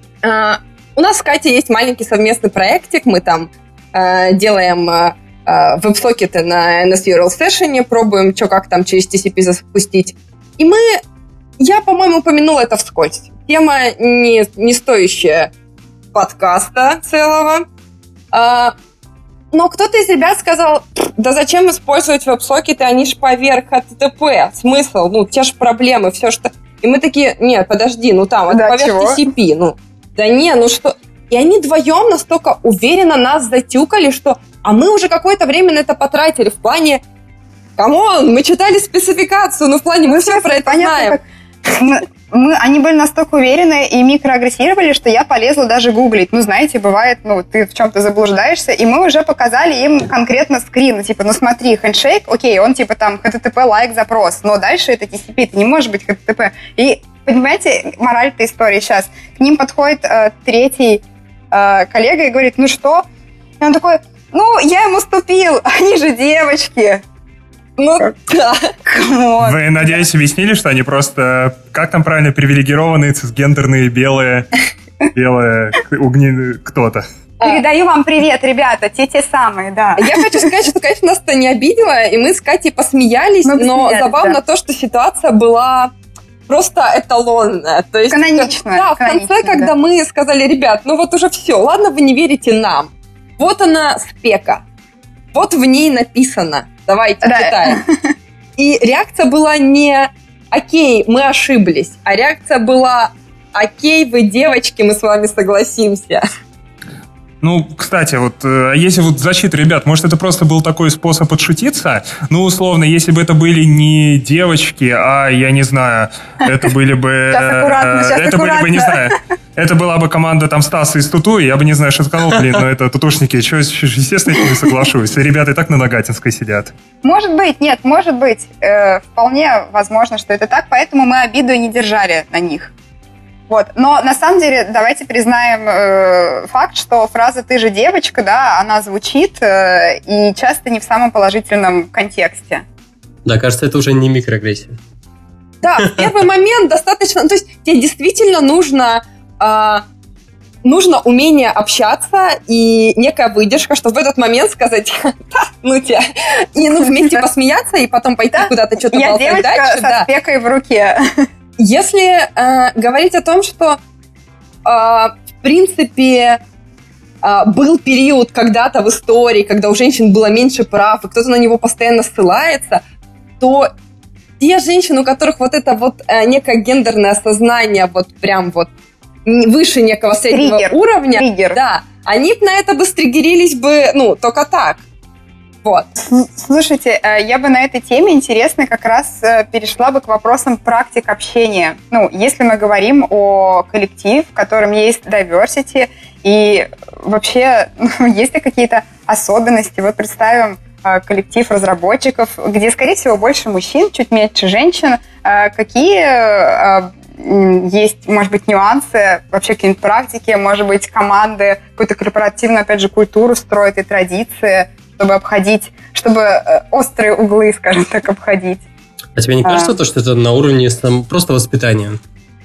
У нас с Катей есть маленький совместный проектик. Мы там э, делаем э, веб-сокеты на эн эс ю ар эл Session, пробуем, что как там через ти си пи запустить. И мы, я, по-моему, упомянула это вскользь. Тема не, не стоящая подкаста целого. А, но кто-то из ребят сказал, да зачем использовать веб-сокеты, они ж поверх эйч ти ти пи. Смысл, ну, те же проблемы, все что... И мы такие, нет, подожди, ну там, это да, поверх чего? ти си пи, ну... Да не, ну что... И они вдвоем настолько уверенно нас затюкали, что... А мы уже какое-то время на это потратили в плане... Камон, мы читали спецификацию, ну в плане мы ну, все про это знаем. Мы, мы, они были настолько уверены и микроагрессировали, что я полезла даже гуглить. Ну, знаете, бывает, ну, ты в чем-то заблуждаешься, и мы уже показали им конкретно скрин. Типа, ну смотри, хендшейк, окей, он типа там эйч ти ти пи лайк запрос, но дальше это ти си пи, это не может быть эйч ти ти пи. И понимаете, мораль этой истории сейчас. К ним подходит э, третий э, коллега и говорит, ну что? И он такой, ну, я им уступил, они же девочки. Ну, да. Камон. Вы, надеюсь, объяснили, что они просто, как там правильно, привилегированные, цисгендерные, белые, белые, угни... кто-то. Передаю вам привет, ребята, те-те самые, да. Я хочу сказать, что, конечно, нас это не обидело, и мы с Катей посмеялись, мы но посмеялись, забавно да. то, что ситуация была... Просто эталонная. То есть, каноничная. Да, в конце, когда да. мы сказали, ребят, ну вот уже все, ладно, вы не верите нам. Вот она, спека. Вот в ней написано. Давайте да. читаем. И реакция была не «Окей, мы ошиблись», а реакция была «Окей, вы девочки, мы с вами согласимся». Ну, кстати, вот если вот защита ребят, может, это просто был такой способ отшутиться? Ну, условно, если бы это были не девочки, а, я не знаю, это были бы... Сейчас аккуратно, сейчас это аккуратно. были бы, не знаю, Это была бы команда там Стаса из Туту, я бы, не знаю, шутканул, блин, но это тутушники. Чё, естественно, я не соглашусь. Ребята и так на Нагатинской сидят. Может быть, нет, может быть. Э, вполне возможно, что это так, поэтому мы обиду и не держали на них. Вот. Но на самом деле давайте признаем э, факт, что фраза «ты же девочка», да, она звучит э, и часто не в самом положительном контексте. Да, кажется, это уже не микроагрессия. Да, в первый момент достаточно... То есть тебе действительно нужно... Uh, нужно умение общаться и некая выдержка, чтобы в этот момент сказать «да, ну тебя», и ну, вместе посмеяться, и потом пойти куда-то что-то болтать дальше. Я девочка со спекой в руке. Если uh, говорить о том, что uh, в принципе uh, был период когда-то в истории, когда у женщин было меньше прав, и кто-то на него постоянно ссылается, то те женщины, у которых вот это вот uh, некое гендерное сознание вот прям вот выше некого среднего триггер, уровня, триггер. Да, они бы на это бы стригерились бы, ну, только так. Вот. Слушайте, я бы на этой теме интересно как раз перешла бы к вопросам практик общения. Ну, если мы говорим о коллективе, в котором есть diversity, и вообще ну, есть ли какие-то особенности? Вот представим коллектив разработчиков, где, скорее всего, больше мужчин, чуть меньше женщин. Какие есть, может быть, нюансы, вообще какие-нибудь практики, может быть, команды какую-то корпоративную, опять же, культуру строят и традиции, чтобы обходить, чтобы острые углы, скажем так, обходить. А тебе не кажется, а... то, что это на уровне там, просто воспитания?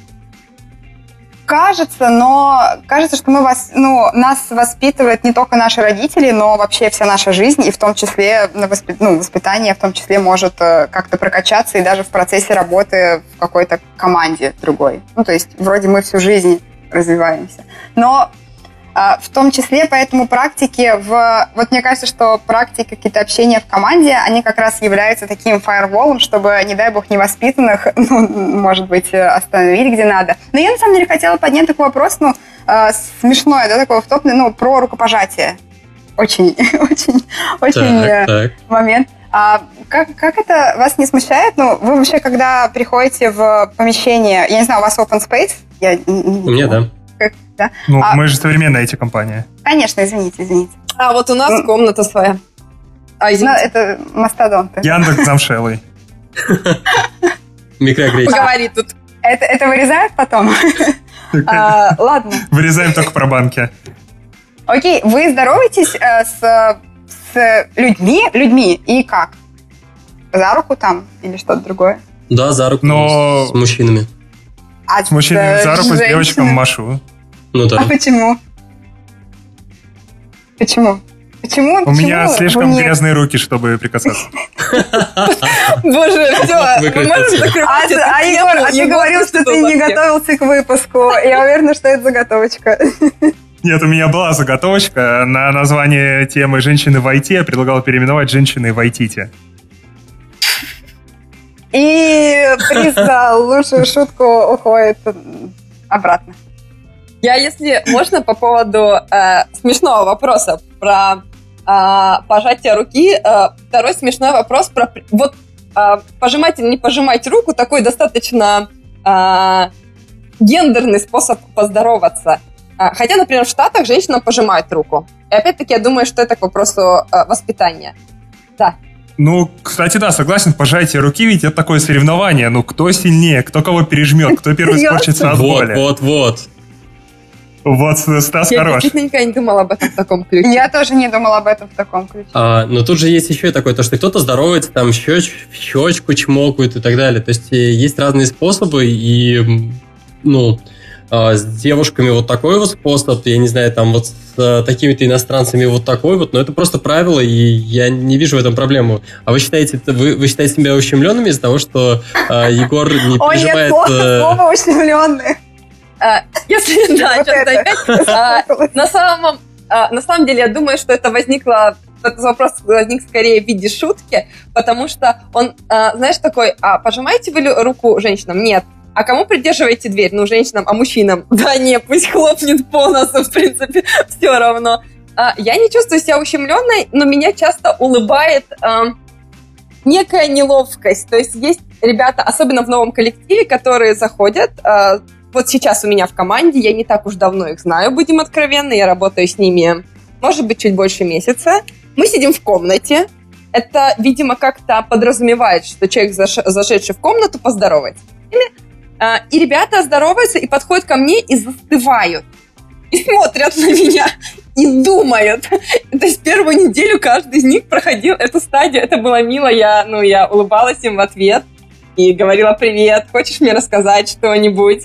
Кажется, но кажется, что мы вас, ну, нас воспитывают не только наши родители, но вообще вся наша жизнь, и в том числе воспи... ну, воспитание в том числе может как-то прокачаться и даже в процессе работы в какой-то команде другой. Ну, то есть вроде мы всю жизнь развиваемся. Но а, в том числе поэтому практики в... Вот мне кажется, что практики какие-то общения в команде, они как раз являются таким фаерволом, чтобы, не дай бог, невоспитанных, ну, может быть, остановить где надо. Но я, на самом деле, хотела поднять такой вопрос, ну, э, смешной, да, такой втопный, ну, про рукопожатие. Очень, очень, очень так, так. момент. А как, как это вас не смущает? Ну, вы вообще, когда приходите в помещение, я не знаю, у вас open space? Я, у меня, да. Как, да? Ну, а, мы же современная ай ти-компания. Конечно, извините, извините. А вот у нас ну, комната своя. А, извините. Ну, это мастодонты. Яндекс замшелый. Микроагрессия. Говори тут. Это, это вырезают потом? а, ладно. Вырезаем только про банки. Окей, вы здороваетесь э, с, с людьми, людьми и как? За руку там или что-то другое? Да, за руку. Но... с мужчинами. А с мужчинами за руку, с девочками машу. Ну да. А почему? Почему? Почему? У Почему? меня слишком грязные руки, чтобы прикасаться. Боже, все, мы можем закрывать эту тему. А, Егор, а ты говорил, что ты не готовился к выпуску. Я уверена, что это заготовочка. Нет, у меня была заготовочка на название темы «Женщины в ай ти». Я предлагал переименовать «Женщины в ай ти-те». И приз за лучшую шутку уходит обратно. Я, если можно, по поводу э, смешного вопроса про э, пожатие руки, э, второй смешной вопрос про... Вот э, пожимать или не пожимать руку, такой достаточно э, гендерный способ поздороваться. Э, хотя, например, в Штатах женщинам пожимают руку. И опять-таки, я думаю, что это к вопросу э, воспитания. Да. Ну, кстати, да, согласен, пожатие руки, ведь это такое соревнование. Ну, кто сильнее, кто кого пережмет, кто первый скорчится от боли. Вот, вот, вот. Вот, Стас я хорош. Я действительно никогда не думала об этом в таком ключе. Я тоже не думала об этом в таком ключе. А, но тут же есть еще и такое, то, что кто-то здоровается, там щеч, щечку чмокают и так далее. То есть есть разные способы, и ну, а, с девушками вот такой вот способ, я не знаю, там вот с такими-то иностранцами вот такой вот, но это просто правило, и я не вижу в этом проблему. А вы считаете, вы, вы считаете себя ущемленными из-за того, что а, Егор не переживает... О, нет, слово ущемленные. А, если, да, вот сейчас опять, а, на, самом, а, на самом деле, я думаю, что это возникло, этот вопрос возник скорее в виде шутки, потому что он, а, знаешь, такой, а пожимаете вы руку женщинам? Нет. А кому придерживаете дверь? Ну, женщинам, а мужчинам? Да не, пусть хлопнет по носу, в принципе, все равно. А, я не чувствую себя ущемленной, но меня часто улыбает а, некая неловкость. То есть есть ребята, особенно в новом коллективе, которые заходят... А, вот сейчас у меня в команде, я не так уж давно их знаю, будем откровенны, я работаю с ними, может быть, чуть больше месяца. Мы сидим в комнате. Это, видимо, как-то подразумевает, что человек, зашедший в комнату, поздоровается. И ребята здороваются и подходят ко мне и застывают. И смотрят на меня, и думают. То есть первую неделю каждый из них проходил эту стадию. Это было мило. Я, ну, я улыбалась им в ответ и говорила: «Привет, хочешь мне рассказать что-нибудь?»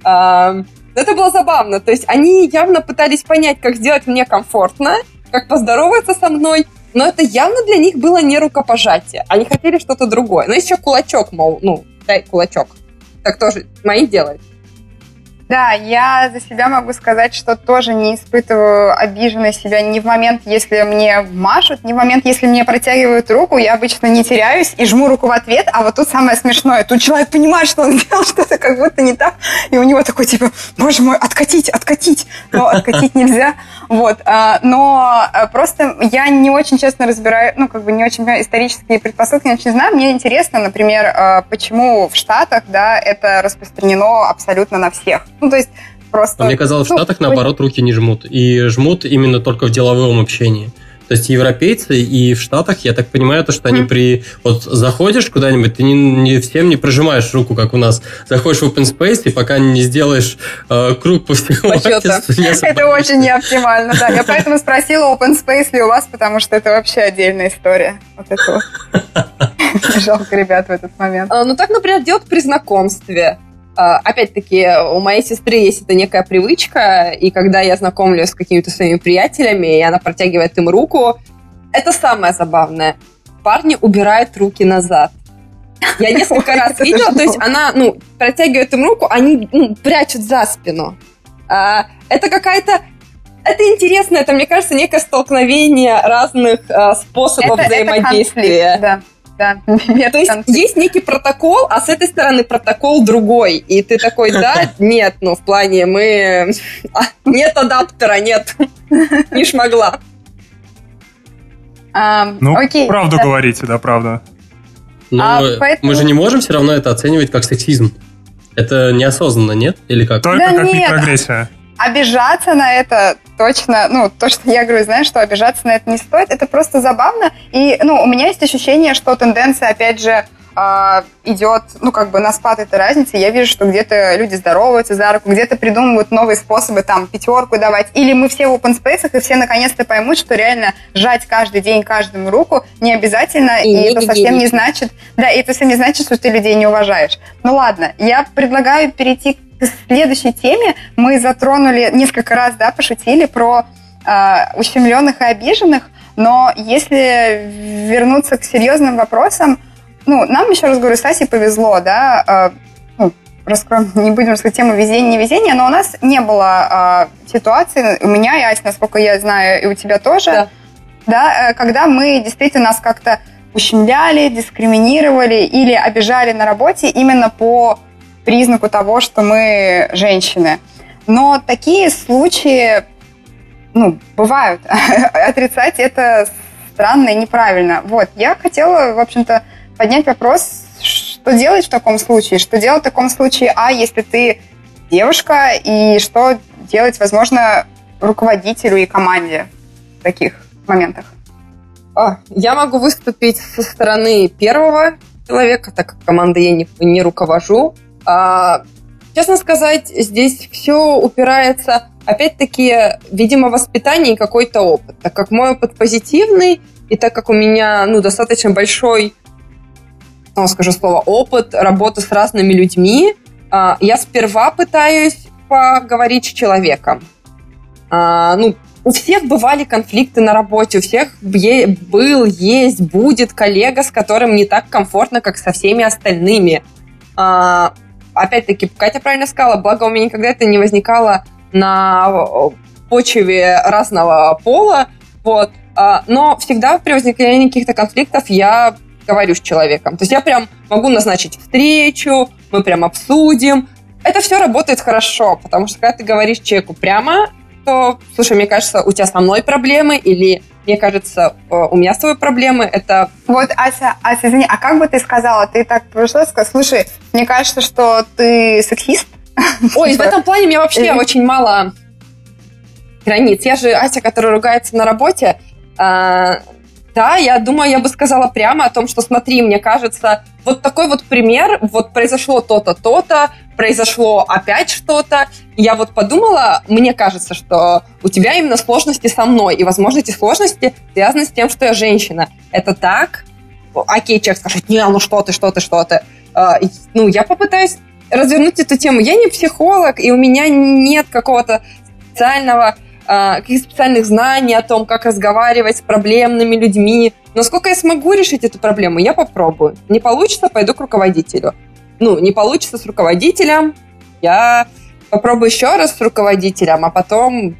Это было забавно. То есть они явно пытались понять, как сделать мне комфортно, как поздороваться со мной, но это явно для них было не рукопожатие. Они хотели что-то другое. Но есть еще кулачок, мол, ну, дай кулачок. Так тоже мои делают. Да, я за себя могу сказать, что тоже не испытываю обиженной себя ни в момент, если мне машут, ни в момент, если мне протягивают руку. Я обычно не теряюсь и жму руку в ответ, а вот тут самое смешное. Тут человек понимает, что он сделал что-то как будто не так, и у него такой типа: боже мой, откатить, откатить. Но откатить нельзя. Вот. Но просто я не очень честно разбираю, ну, как бы не очень исторические предпосылки, не очень знаю. Мне интересно, например, почему в Штатах, да, это распространено абсолютно на всех. Ну, то есть просто... А мне казалось, в Штатах, ну, наоборот, руки не жмут. И жмут именно только в деловом общении. То есть европейцы и в Штатах, я так понимаю, то, что они при... Вот заходишь куда-нибудь, ты не, не всем не прожимаешь руку, как у нас. Заходишь в open space, и пока не сделаешь э, круг по всему офису... Это очень неоптимально, да. Я поэтому спросила, open space ли у вас, потому что это вообще отдельная история. Вот это вот. Жалко ребят в этот момент. Ну, так, например, делают при знакомстве. Опять-таки, у моей сестры есть эта некая привычка, и когда я знакомлюсь с какими-то своими приятелями, и она протягивает им руку, это самое забавное. Парни убирают руки назад. Я несколько раз видела, то есть она, ну, протягивает им руку, они, ну, прячут за спину. Это какая-то... Это интересно, это, мне кажется, некое столкновение разных способов взаимодействия. Да. Да, то есть есть некий протокол, а с этой стороны протокол другой. И ты такой: да, нет, ну, в плане мы... Нет адаптера, нет. Не шмогла. А, ну, окей, правду да. говорите, да, правда. Но а, поэтому... мы же не можем все равно это оценивать как сексизм. Это неосознанно, нет? Или как? Только да как нет. Микроагрессия. Обижаться на это точно, ну, то, что я говорю, знаешь, что обижаться на это не стоит, это просто забавно. И, ну, у меня есть ощущение, что тенденция, опять же, э, идет, ну, как бы на спад этой разницы. Я вижу, что где-то люди здороваются за руку, где-то придумывают новые способы, там, пятерку давать. Или мы все в open space, и все наконец-то поймут, что реально жать каждый день каждому руку не обязательно, и, и это совсем не значит, да, и это совсем не значит, что ты людей не уважаешь. Ну, ладно, я предлагаю перейти к к следующей теме. Мы затронули несколько раз, да, пошутили про э, ущемленных и обиженных, но если вернуться к серьезным вопросам, ну, нам, еще раз говорю, с Асей повезло, да, э, ну, раскроем, не будем рассказать тему везения-невезения, но у нас не было э, ситуации, у меня и Ася, насколько я знаю, и у тебя тоже, да, да э, когда мы действительно нас как-то ущемляли, дискриминировали или обижали на работе именно по признаку того, что мы женщины. Но такие случаи, ну, бывают. Отрицать это странно и неправильно. Вот, я хотела, в общем-то, поднять вопрос, что делать в таком случае? Что делать в таком случае, а если ты девушка, и что делать, возможно, руководителю и команде в таких моментах? О, я могу выступить со стороны первого человека, так как командой я не, не руковожу. А, честно сказать, здесь все упирается, опять-таки, видимо, воспитание и какой-то опыт. Так как мой опыт позитивный, и так как у меня, ну, достаточно большой, ну, скажу слово, опыт работы с разными людьми, а, я сперва пытаюсь поговорить с человеком. А, ну, у всех бывали конфликты на работе, у всех был, есть, будет коллега, с которым не так комфортно, как со всеми остальными. А, опять-таки, Катя правильно сказала, благо у меня никогда это не возникало на почве разного пола, вот, а, но всегда при возникновении каких-то конфликтов я говорю с человеком. То есть я прям могу назначить встречу, мы прям обсудим. Это все работает хорошо, потому что когда ты говоришь человеку прямо, то, слушай, мне кажется, у тебя со мной проблемы, или мне кажется, у меня с тобой проблемы, это... Вот, Ася, Ася, извини, а как бы ты сказала? Ты так пришла и сказала: слушай, мне кажется, что ты сексист, Ой, в этом плане у меня вообще очень мало границ. Я же Ася, которая ругается на работе. Да, я думаю, я бы сказала прямо о том, что смотри, мне кажется, вот такой вот пример, вот произошло то-то, то-то, произошло опять что-то. Я вот подумала, мне кажется, что у тебя именно сложности со мной, и, возможно, эти сложности связаны с тем, что я женщина. Это так? Окей, человек скажет, не, ну что ты, что ты, что ты. Ну, я попытаюсь развернуть эту тему. Я не психолог, и у меня нет какого-то специального... каких-то специальных знаний о том, как разговаривать с проблемными людьми. Но сколько я смогу решить эту проблему, я попробую. Не получится, пойду к руководителю. Ну, не получится с руководителем, я попробую еще раз с руководителем, а потом...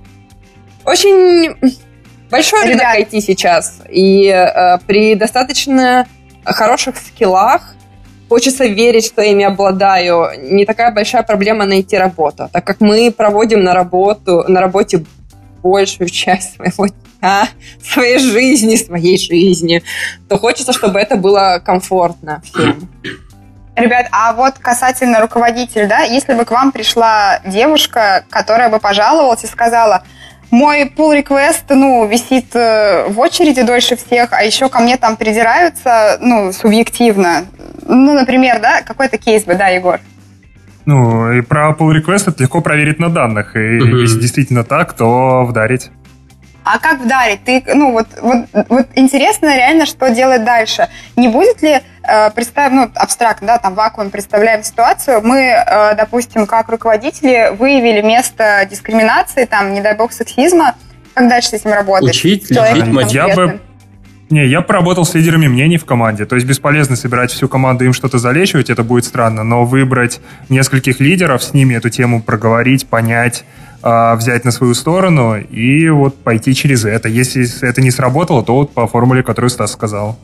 Очень большой рынок ай ти сейчас. И э, при достаточно хороших скиллах хочется верить, что я ими обладаю. Не такая большая проблема найти работу, так как мы проводим на, работу, на работе большую часть своего дня, своей жизни, своей жизни, то хочется, чтобы это было комфортно всем. Ребят, а вот касательно руководителя, да, если бы к вам пришла девушка, которая бы пожаловалась и сказала... Мой pull request, ну, висит в очереди дольше всех, а еще ко мне там придираются, ну, субъективно. Ну, например, да, какой-то кейс бы, да, Егор? Ну, и про pull request это легко проверить на данных. И mm-hmm. если действительно так, то вдарить. А как вдарить? Ты, ну, вот, вот, вот интересно реально, что делать дальше. Не будет ли, э, представим, ну, абстрактно, да, там, вакуум представляем ситуацию, мы, э, допустим, как руководители выявили место дискриминации, там, не дай бог, сексизма, как дальше с этим работать? Учить, лечить, я бы... Не, я поработал с лидерами мнений в команде. То есть бесполезно собирать всю команду, им что-то залечивать, это будет странно. Но выбрать нескольких лидеров, с ними эту тему проговорить, понять, взять на свою сторону и вот пойти через это. Если это не сработало, то вот по формуле, которую Стас сказал.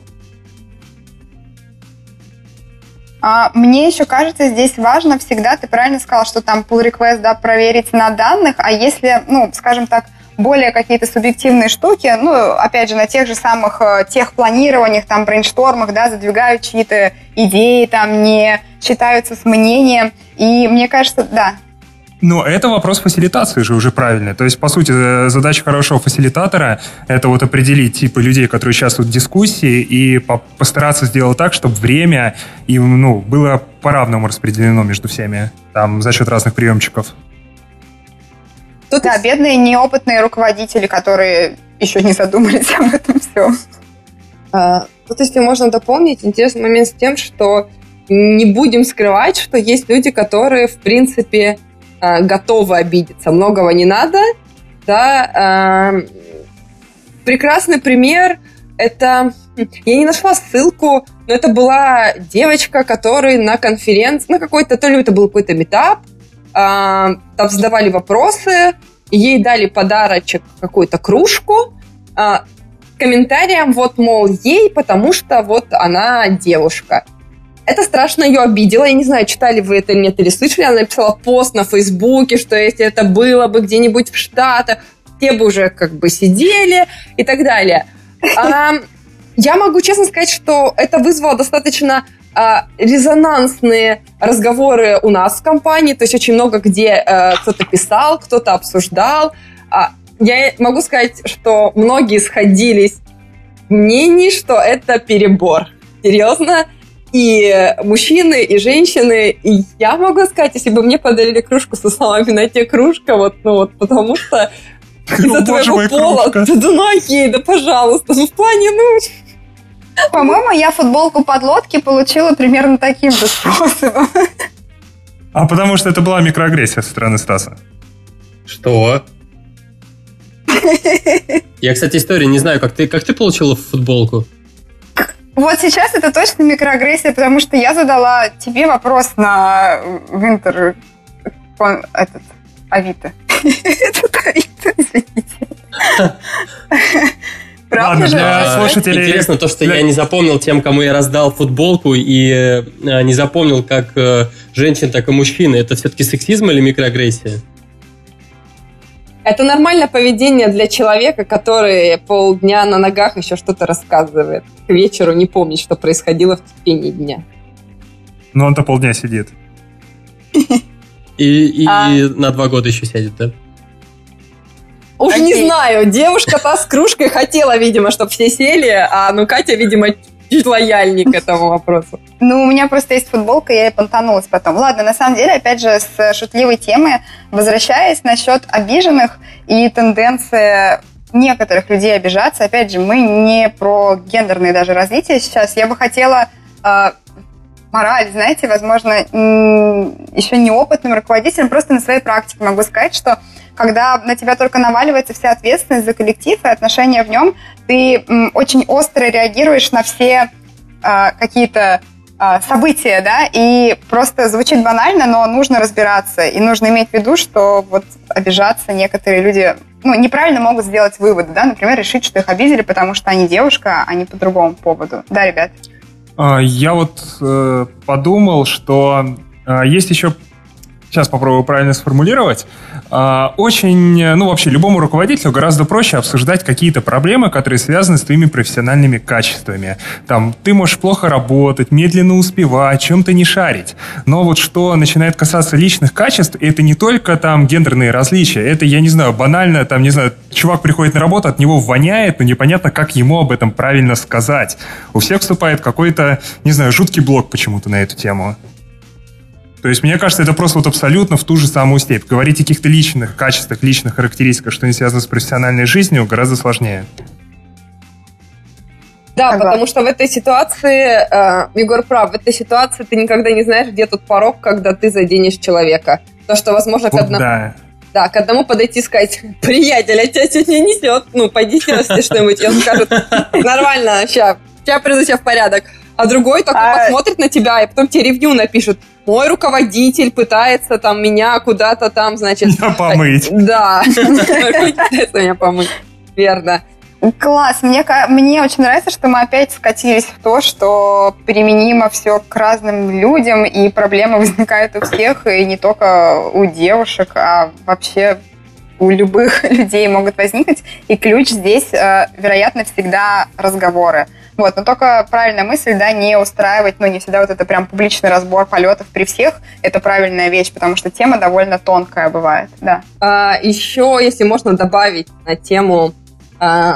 А, мне еще кажется, здесь важно всегда, ты правильно сказал, что там pull request, да, проверить на данных, а если, ну, скажем так, более какие-то субъективные штуки, ну, опять же, на тех же самых тех планированиях, там, брейнштормах, да, задвигают чьи-то идеи, там, не считаются с мнением, и мне кажется, да. Но это вопрос фасилитации же уже правильный. То есть, по сути, задача хорошего фасилитатора – это вот определить типы людей, которые участвуют в дискуссии, и по- постараться сделать так, чтобы время им, ну, было по-равному распределено между всеми, там, за счет разных приемчиков. Тут, да, бедные неопытные руководители, которые еще не задумались об этом всем. А, тут, если можно дополнить, интересный момент с тем, что не будем скрывать, что есть люди, которые, в принципе, готовы обидеться. Многого не надо. Да. Прекрасный пример – это... Я не нашла ссылку, но это была девочка, которой на конференции, на какой-то, то ли это был какой-то митап, там задавали вопросы, ей дали подарочек, какую-то кружку, с комментарием, вот, мол, ей, потому что вот она девушка. Это страшно ее обидело. Я не знаю, читали вы это или нет, или слышали. Она написала пост на Фейсбуке, что если это было бы где-нибудь в Штатах, те бы уже как бы сидели и так далее. А, я могу честно сказать, что это вызвало достаточно а, резонансные разговоры у нас в компании. То есть очень много где а, кто-то писал, кто-то обсуждал. А, я могу сказать, что многие сходились в мнении, что это перебор. Серьезно. И мужчины, и женщины. И я могу сказать, если бы мне подарили кружку со словами «на те кружка», вот, ну вот, потому что из-за твоего пола, да ну окей, да пожалуйста, ну в плане, ну... По-моему, я футболку подлодки получила примерно таким же способом. А потому что это была микроагрессия со стороны Стаса. Что? Я, кстати, историю не знаю, как ты, как ты получила футболку? Вот сейчас это точно микроагрессия, потому что я задала тебе вопрос на Винтер... Этот... Авито. Этот Авито, извините. Правда же? Для слушателей... Интересно то, что для... я не запомнил тем, кому я раздал футболку, и э, не запомнил как э, женщин, так и мужчин. Это все-таки сексизм или микроагрессия? Это нормальное поведение для человека, который полдня на ногах еще что-то рассказывает. К вечеру не помнит, что происходило в течение дня. Но он-то полдня сидит. И, и а... на два года еще сядет, да? Уж Окей. не знаю, девушка-то с кружкой хотела, видимо, чтобы все сели, а ну Катя, видимо, чуть лояльнее к этому вопросу. Ну, у меня просто есть футболка, я и понтанулась потом. Ладно, на самом деле, опять же, с шутливой темы, возвращаясь насчет обиженных и тенденции некоторых людей обижаться, опять же, мы не про гендерные даже различия сейчас. Я бы хотела э, мораль, знаете, возможно, еще неопытным руководителем, просто на своей практике могу сказать, что когда на тебя только наваливается вся ответственность за коллектив и отношения в нем, ты м, очень остро реагируешь на все э, какие-то э, события, да, и просто звучит банально, но нужно разбираться, и нужно иметь в виду, что вот обижаться некоторые люди, ну, неправильно могут сделать выводы, да, например, решить, что их обидели, потому что они девушка, а не по другому поводу. Да, ребят? Я вот э, подумал, что э, есть еще... Сейчас попробую правильно сформулировать. Очень, ну вообще, любому руководителю гораздо проще обсуждать какие-то проблемы, которые связаны с твоими профессиональными качествами. Там, ты можешь плохо работать, медленно успевать, чем-то не шарить. Но вот что начинает касаться личных качеств, это не только там гендерные различия, это, я не знаю, банально, там, не знаю, чувак приходит на работу, от него воняет, но непонятно, как ему об этом правильно сказать. У всех вступает какой-то, не знаю, жуткий блок почему-то на эту тему. То есть, мне кажется, это просто вот абсолютно в ту же самую степь. Говорить о каких-то личных качествах, личных характеристиках, что не связано с профессиональной жизнью, гораздо сложнее. Да, ага. Потому что в этой ситуации, э, Егор прав, в этой ситуации ты никогда не знаешь, где тот порог, когда ты заденешь человека. То, что, возможно, вот к одному... Да. Да, к одному подойти и сказать: приятель, а тебя сегодня несет, ну, пойди сделай что-нибудь. И он скажет: нормально, сейчас, сейчас приду тебя в порядок. А другой такой а... посмотрит на тебя, и потом тебе ревью напишут: мой руководитель пытается там меня куда-то там, значит... Меня помыть. Да, пытается меня помыть. Верно. Класс. Мне, мне очень нравится, что мы опять скатились в то, что применимо все к разным людям, и проблемы возникают у всех, и не только у девушек, а вообще у любых людей могут возникнуть. И ключ здесь, вероятно, всегда разговоры. Вот, но только правильная мысль, да, не устраивать, ну, не всегда вот это прям публичный разбор полетов при всех, это правильная вещь, потому что тема довольно тонкая бывает, да. А, еще, если можно добавить на тему а,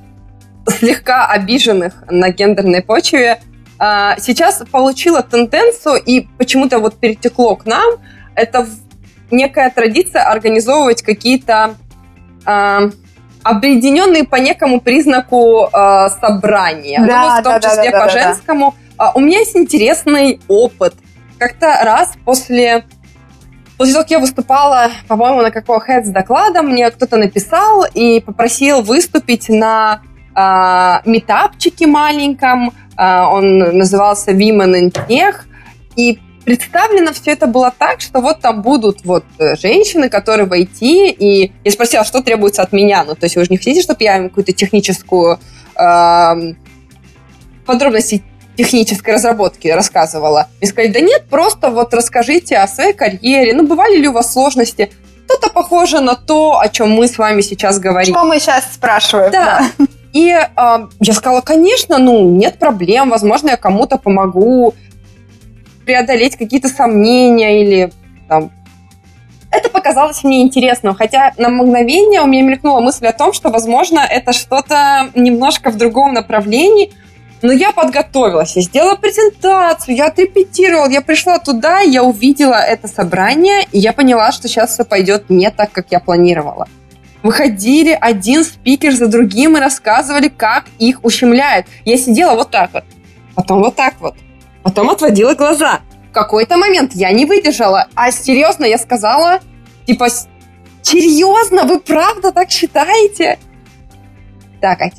слегка обиженных на гендерной почве, а, сейчас получила тенденцию, и почему-то вот перетекло к нам, это некая традиция организовывать какие-то... А, объединенные по некому признаку э, собрания, да, ну, в том да, числе да, по да, женскому. Да. У меня есть интересный опыт. Как-то раз после, после того, как я выступала, по-моему, на какого хэт с докладом, мне кто-то написал и попросил выступить на э, митапчике маленьком. Э, он назывался Women in Tech. И представлено все это было так, что вот там будут вот женщины, которые в ай ти, и я спросила, что требуется от меня. Ну, то есть вы же не хотите, чтобы я им какую-то техническую э, подробности технической разработки рассказывала? И сказали: да нет, просто вот расскажите о своей карьере. Ну, бывали ли у вас сложности? Что-то похоже на то, о чем мы с вами сейчас говорим. Что мы сейчас спрашиваем. Да. да. И э, я сказала: конечно, ну, нет проблем, возможно, я кому-то помогу преодолеть какие-то сомнения или там... Это показалось мне интересным, хотя на мгновение у меня мелькнула мысль о том, что, возможно, это что-то немножко в другом направлении, но я подготовилась, я сделала презентацию, я отрепетировала, я пришла туда, я увидела это собрание, и я поняла, что сейчас все пойдет не так, как я планировала. Выходили один спикер за другим и рассказывали, как их ущемляют. Я сидела вот так вот, потом вот так вот, потом отводила глаза. В какой-то момент я не выдержала. А серьезно, я сказала, типа, серьезно, вы правда так считаете? Да, Кать.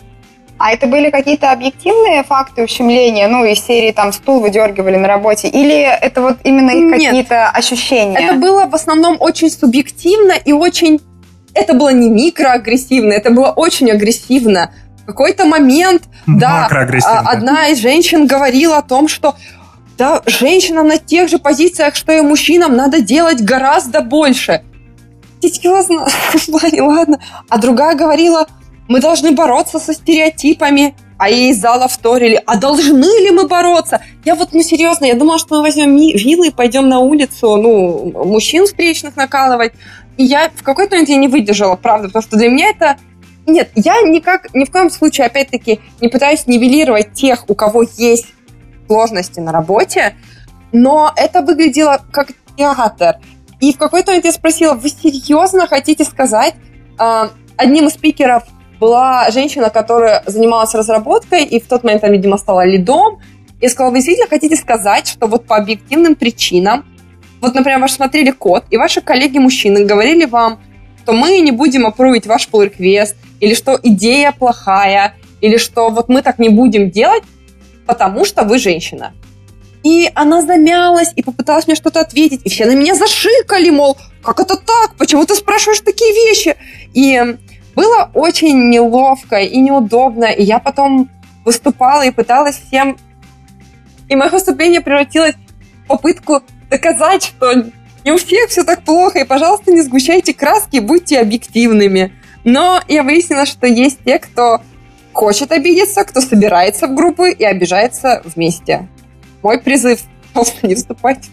А это были какие-то объективные факты ущемления, ну, из серии там стул выдергивали на работе? Или это вот именно их какие-то ощущения? Это было в основном очень субъективно и очень... Это было не микроагрессивно, это было очень агрессивно. В какой-то момент, да, одна из женщин говорила о том, что да, женщинам на тех же позициях, что и мужчинам, надо делать гораздо больше. Серьезно? Ладно. А другая говорила: мы должны бороться со стереотипами. а ей из зала вторили, а должны ли мы бороться? Я вот, ну, серьезно, я думала, что мы возьмем вилы и пойдем на улицу, ну, мужчин встречных накалывать. И я в какой-то момент я не выдержала, правда, потому что для меня это... Нет, я никак, ни в коем случае, опять-таки, не пытаюсь нивелировать тех, у кого есть сложности на работе, но это выглядело как театр. И в какой-то момент я спросила, вы серьезно хотите сказать? Одним из спикеров была женщина, которая занималась разработкой, и в тот момент она, видимо, стала лидом. Я сказала, вы действительно хотите сказать, что вот по объективным причинам, вот, например, вы смотрели код, и ваши коллеги-мужчины говорили вам, что мы не будем аппрувить ваш pull-request, или что идея плохая, или что вот мы так не будем делать, потому что вы женщина. И она замялась и попыталась мне что-то ответить, и все на меня зашикали, мол, как это так? Почему ты спрашиваешь такие вещи? И было очень неловко и неудобно, и я потом выступала и пыталась всем... И мое выступление превратилось в попытку доказать, что не у всех все так плохо, и, пожалуйста, не сгущайте краски, будьте объективными. Но я выяснила, что есть те, кто хочет обидеться, кто собирается в группы и обижается вместе. Мой призыв – просто не вступать.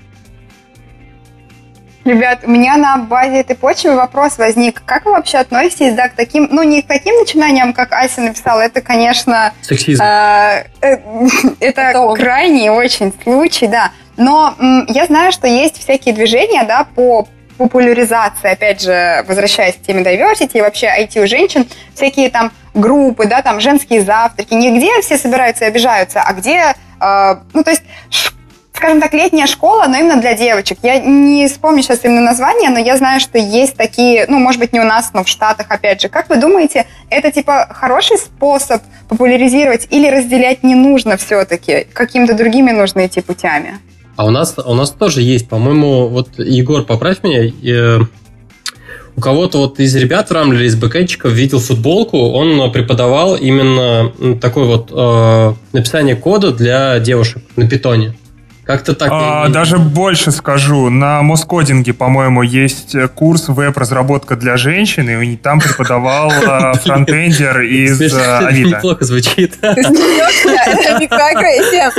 Ребят, у меня на базе этой почвы вопрос возник. Как вы вообще относитесь, да, к таким, ну, не к таким начинаниям, как Ася написала, это, конечно... Сексизм. Э, э, это это крайний очень случай, да. Но м, я знаю, что есть всякие движения, да, по популяризации, опять же, возвращаясь к теме diversity и вообще ай ти у женщин, всякие там группы, да, там женские завтраки, не где все собираются и обижаются, а где, э, ну, то есть, ш, скажем так, летняя школа, но именно для девочек. Я не вспомню сейчас именно название, но я знаю, что есть такие, ну, может быть, не у нас, но в Штатах, опять же. Как вы думаете, это, типа, хороший способ популяризировать или разделять не нужно все-таки? Какими-то другими нужно идти путями? А у нас, у нас тоже есть, по-моему, вот, Егор, поправь меня, э, у кого-то вот из ребят в Рамблере, из бэкэндчиков видел футболку, он преподавал именно такое вот э, написание кода для девушек на питоне. Как-то так. А, я... Даже больше скажу. На Москодинге, по-моему, есть курс веб-разработка для женщин, и там преподавал фронтендер из Авито. Неплохо звучит. Ты смеешься? Это микроагрессия.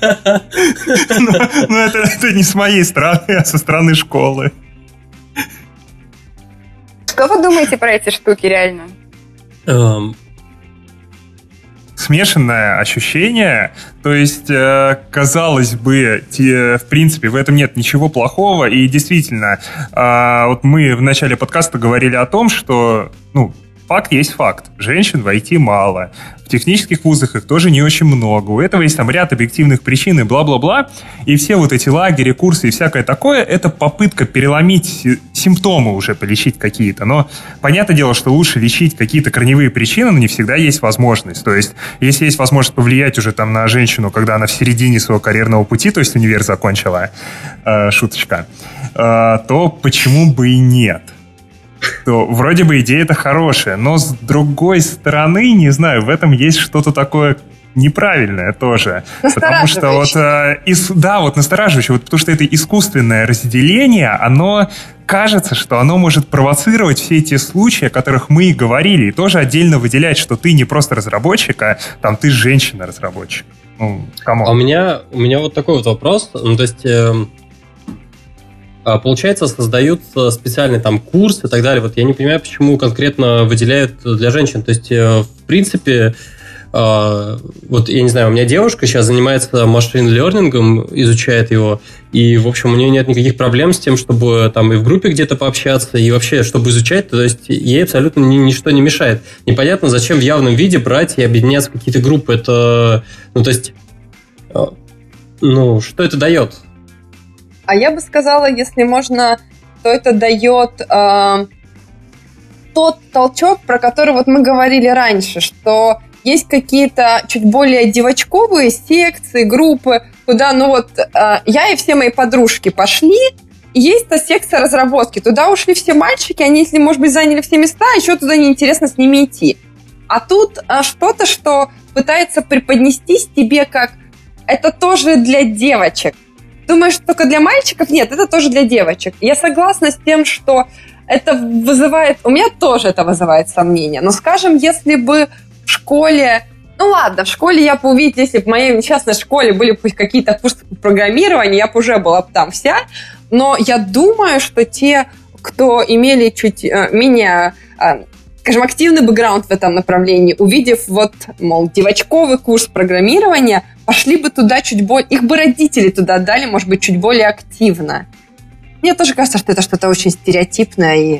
Ну, это не с моей стороны, а со стороны школы. Что вы думаете про эти штуки реально? Смешанное ощущение, то есть, э, казалось бы, те, в принципе, в этом нет ничего плохого, и действительно, э, вот мы в начале подкаста говорили о том, что, ну, факт есть факт, женщин в ай ти мало, в технических вузах их тоже не очень много, у этого есть там ряд объективных причин и бла-бла-бла, и все вот эти лагеря, курсы и всякое такое, это попытка переломить симптомы уже, полечить какие-то, но понятное дело, что лучше лечить какие-то корневые причины, но не всегда есть возможность, то есть если есть возможность повлиять уже там на женщину, когда она в середине своего карьерного пути, то есть универ закончила, э, шуточка, э, то почему бы и нет? То вроде бы идея-то хорошая, но с другой стороны, не знаю, в этом есть что-то такое неправильное тоже. Потому что вот, э, ис, да, вот настораживающее, вот потому что это искусственное разделение, оно кажется, что оно может провоцировать все эти случаи, о которых мы и говорили, и тоже отдельно выделять, что ты не просто разработчик, а там ты женщина-разработчик. Ну, камон. А у меня, у меня вот такой вот вопрос, ну, то есть... Э... Получается, создают специальный там курс и так далее. Вот я не понимаю, почему конкретно выделяют для женщин. То есть, в принципе, вот я не знаю, у меня девушка сейчас занимается машин-лернингом, изучает его, и, в общем, у нее нет никаких проблем с тем, чтобы там и в группе где-то пообщаться, и вообще, чтобы изучать, то есть ей абсолютно ничто не мешает. Непонятно, зачем в явном виде брать и объединяться в какие-то группы. Это, ну, то есть, ну, что это дает? А я бы сказала, если можно, то это дает э, тот толчок, про который вот мы говорили раньше, что есть какие-то чуть более девочковые секции, группы, куда, ну вот, э, я и все мои подружки пошли, и есть та секция разработки. Туда ушли все мальчики, они, если, может быть, заняли все места, еще туда неинтересно с ними идти. А тут э, что-то, что пытается преподнестись тебе как это тоже для девочек. Думаешь, только для мальчиков? Нет, это тоже для девочек. Я согласна с тем, что это вызывает... У меня тоже это вызывает сомнения. Но, скажем, если бы в школе... Ну ладно, в школе я бы увидела, если бы в моей несчастной школе были бы какие-то курсы по программированию, я бы уже была бы там вся. Но я думаю, что те, кто имели чуть э, менее, э, скажем, активный бэкграунд в этом направлении, увидев вот, мол, девочковый курс программирования, пошли бы туда чуть более... Их бы родители туда отдали, может быть, чуть более активно. Мне тоже кажется, что это что-то очень стереотипное и...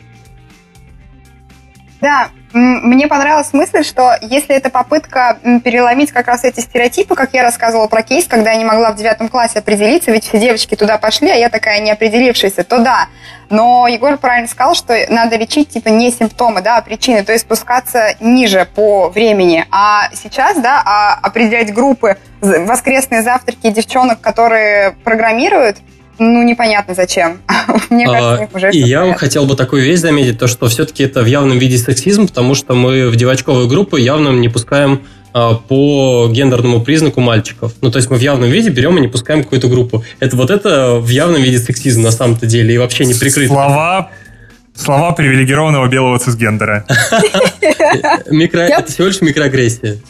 Да, мне понравилась мысль, что если это попытка переломить как раз эти стереотипы, как я рассказывала про кейс, когда я не могла в девятом классе определиться, ведь все девочки туда пошли, а я такая не определившаяся, то да. Но Егор правильно сказал, что надо лечить типа не симптомы, да, а причины, то есть спускаться ниже по времени. А сейчас, да, а определять группы, воскресные завтраки девчонок, которые программируют, ну, непонятно зачем. Мне кажется, у них уже... И я хотел бы такую вещь заметить, то, что все-таки это в явном виде сексизм, потому что мы в девочковые группы явно не пускаем а, по гендерному признаку мальчиков. Ну, то есть мы в явном виде берем и не пускаем какую-то группу. Это вот это в явном виде сексизм на самом-то деле, и вообще не прикрыто. Слова... Слова привилегированного белого цисгендера. Это всего лишь микроагрессия.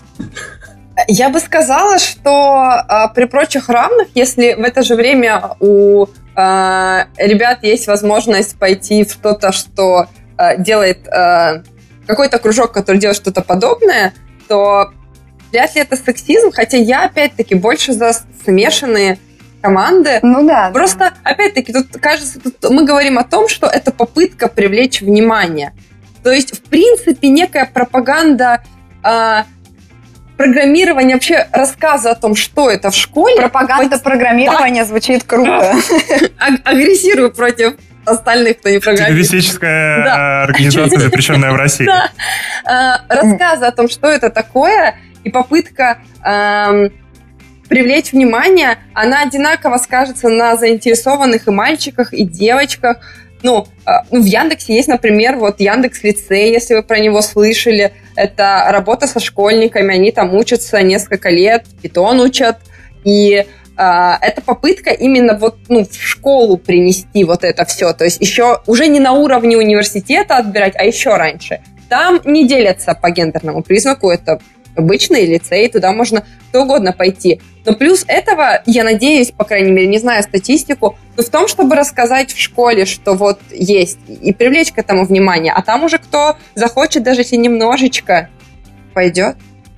Я бы сказала, что э, при прочих равных, если в это же время у э, ребят есть возможность пойти в что-то, что э, делает э, какой-то кружок, который делает что-то подобное, то вряд ли это сексизм, хотя я, опять-таки, больше за смешанные команды. Ну да. Просто, да. опять-таки, тут, кажется, тут мы говорим о том, что это попытка привлечь внимание. То есть, в принципе, некая пропаганда... Э, программирование, вообще рассказы о том, что это в школе. Пропаганда по... программирования да. звучит круто. Агрессирую против остальных, кто не программирует. Террористическая да. организация, запрещенная в России. Да. Рассказы о том, что это такое, и попытка эм, привлечь внимание, она одинаково скажется на заинтересованных и мальчиках, и девочках. Ну, в Яндексе есть, например, вот Яндекс.Лицей, если вы про него слышали. Это работа со школьниками, они там учатся несколько лет, питон учат. И э, это попытка именно вот, ну, в школу принести вот это все. То есть еще уже не на уровне университета отбирать, а еще раньше. Там не делятся по гендерному признаку, это обычный лицей, туда можно кто угодно пойти. Но плюс этого, я надеюсь, по крайней мере, не знаю статистику, но в том, чтобы рассказать в школе, что вот есть, и привлечь к этому внимание. А там уже кто захочет, даже если немножечко, пойдет.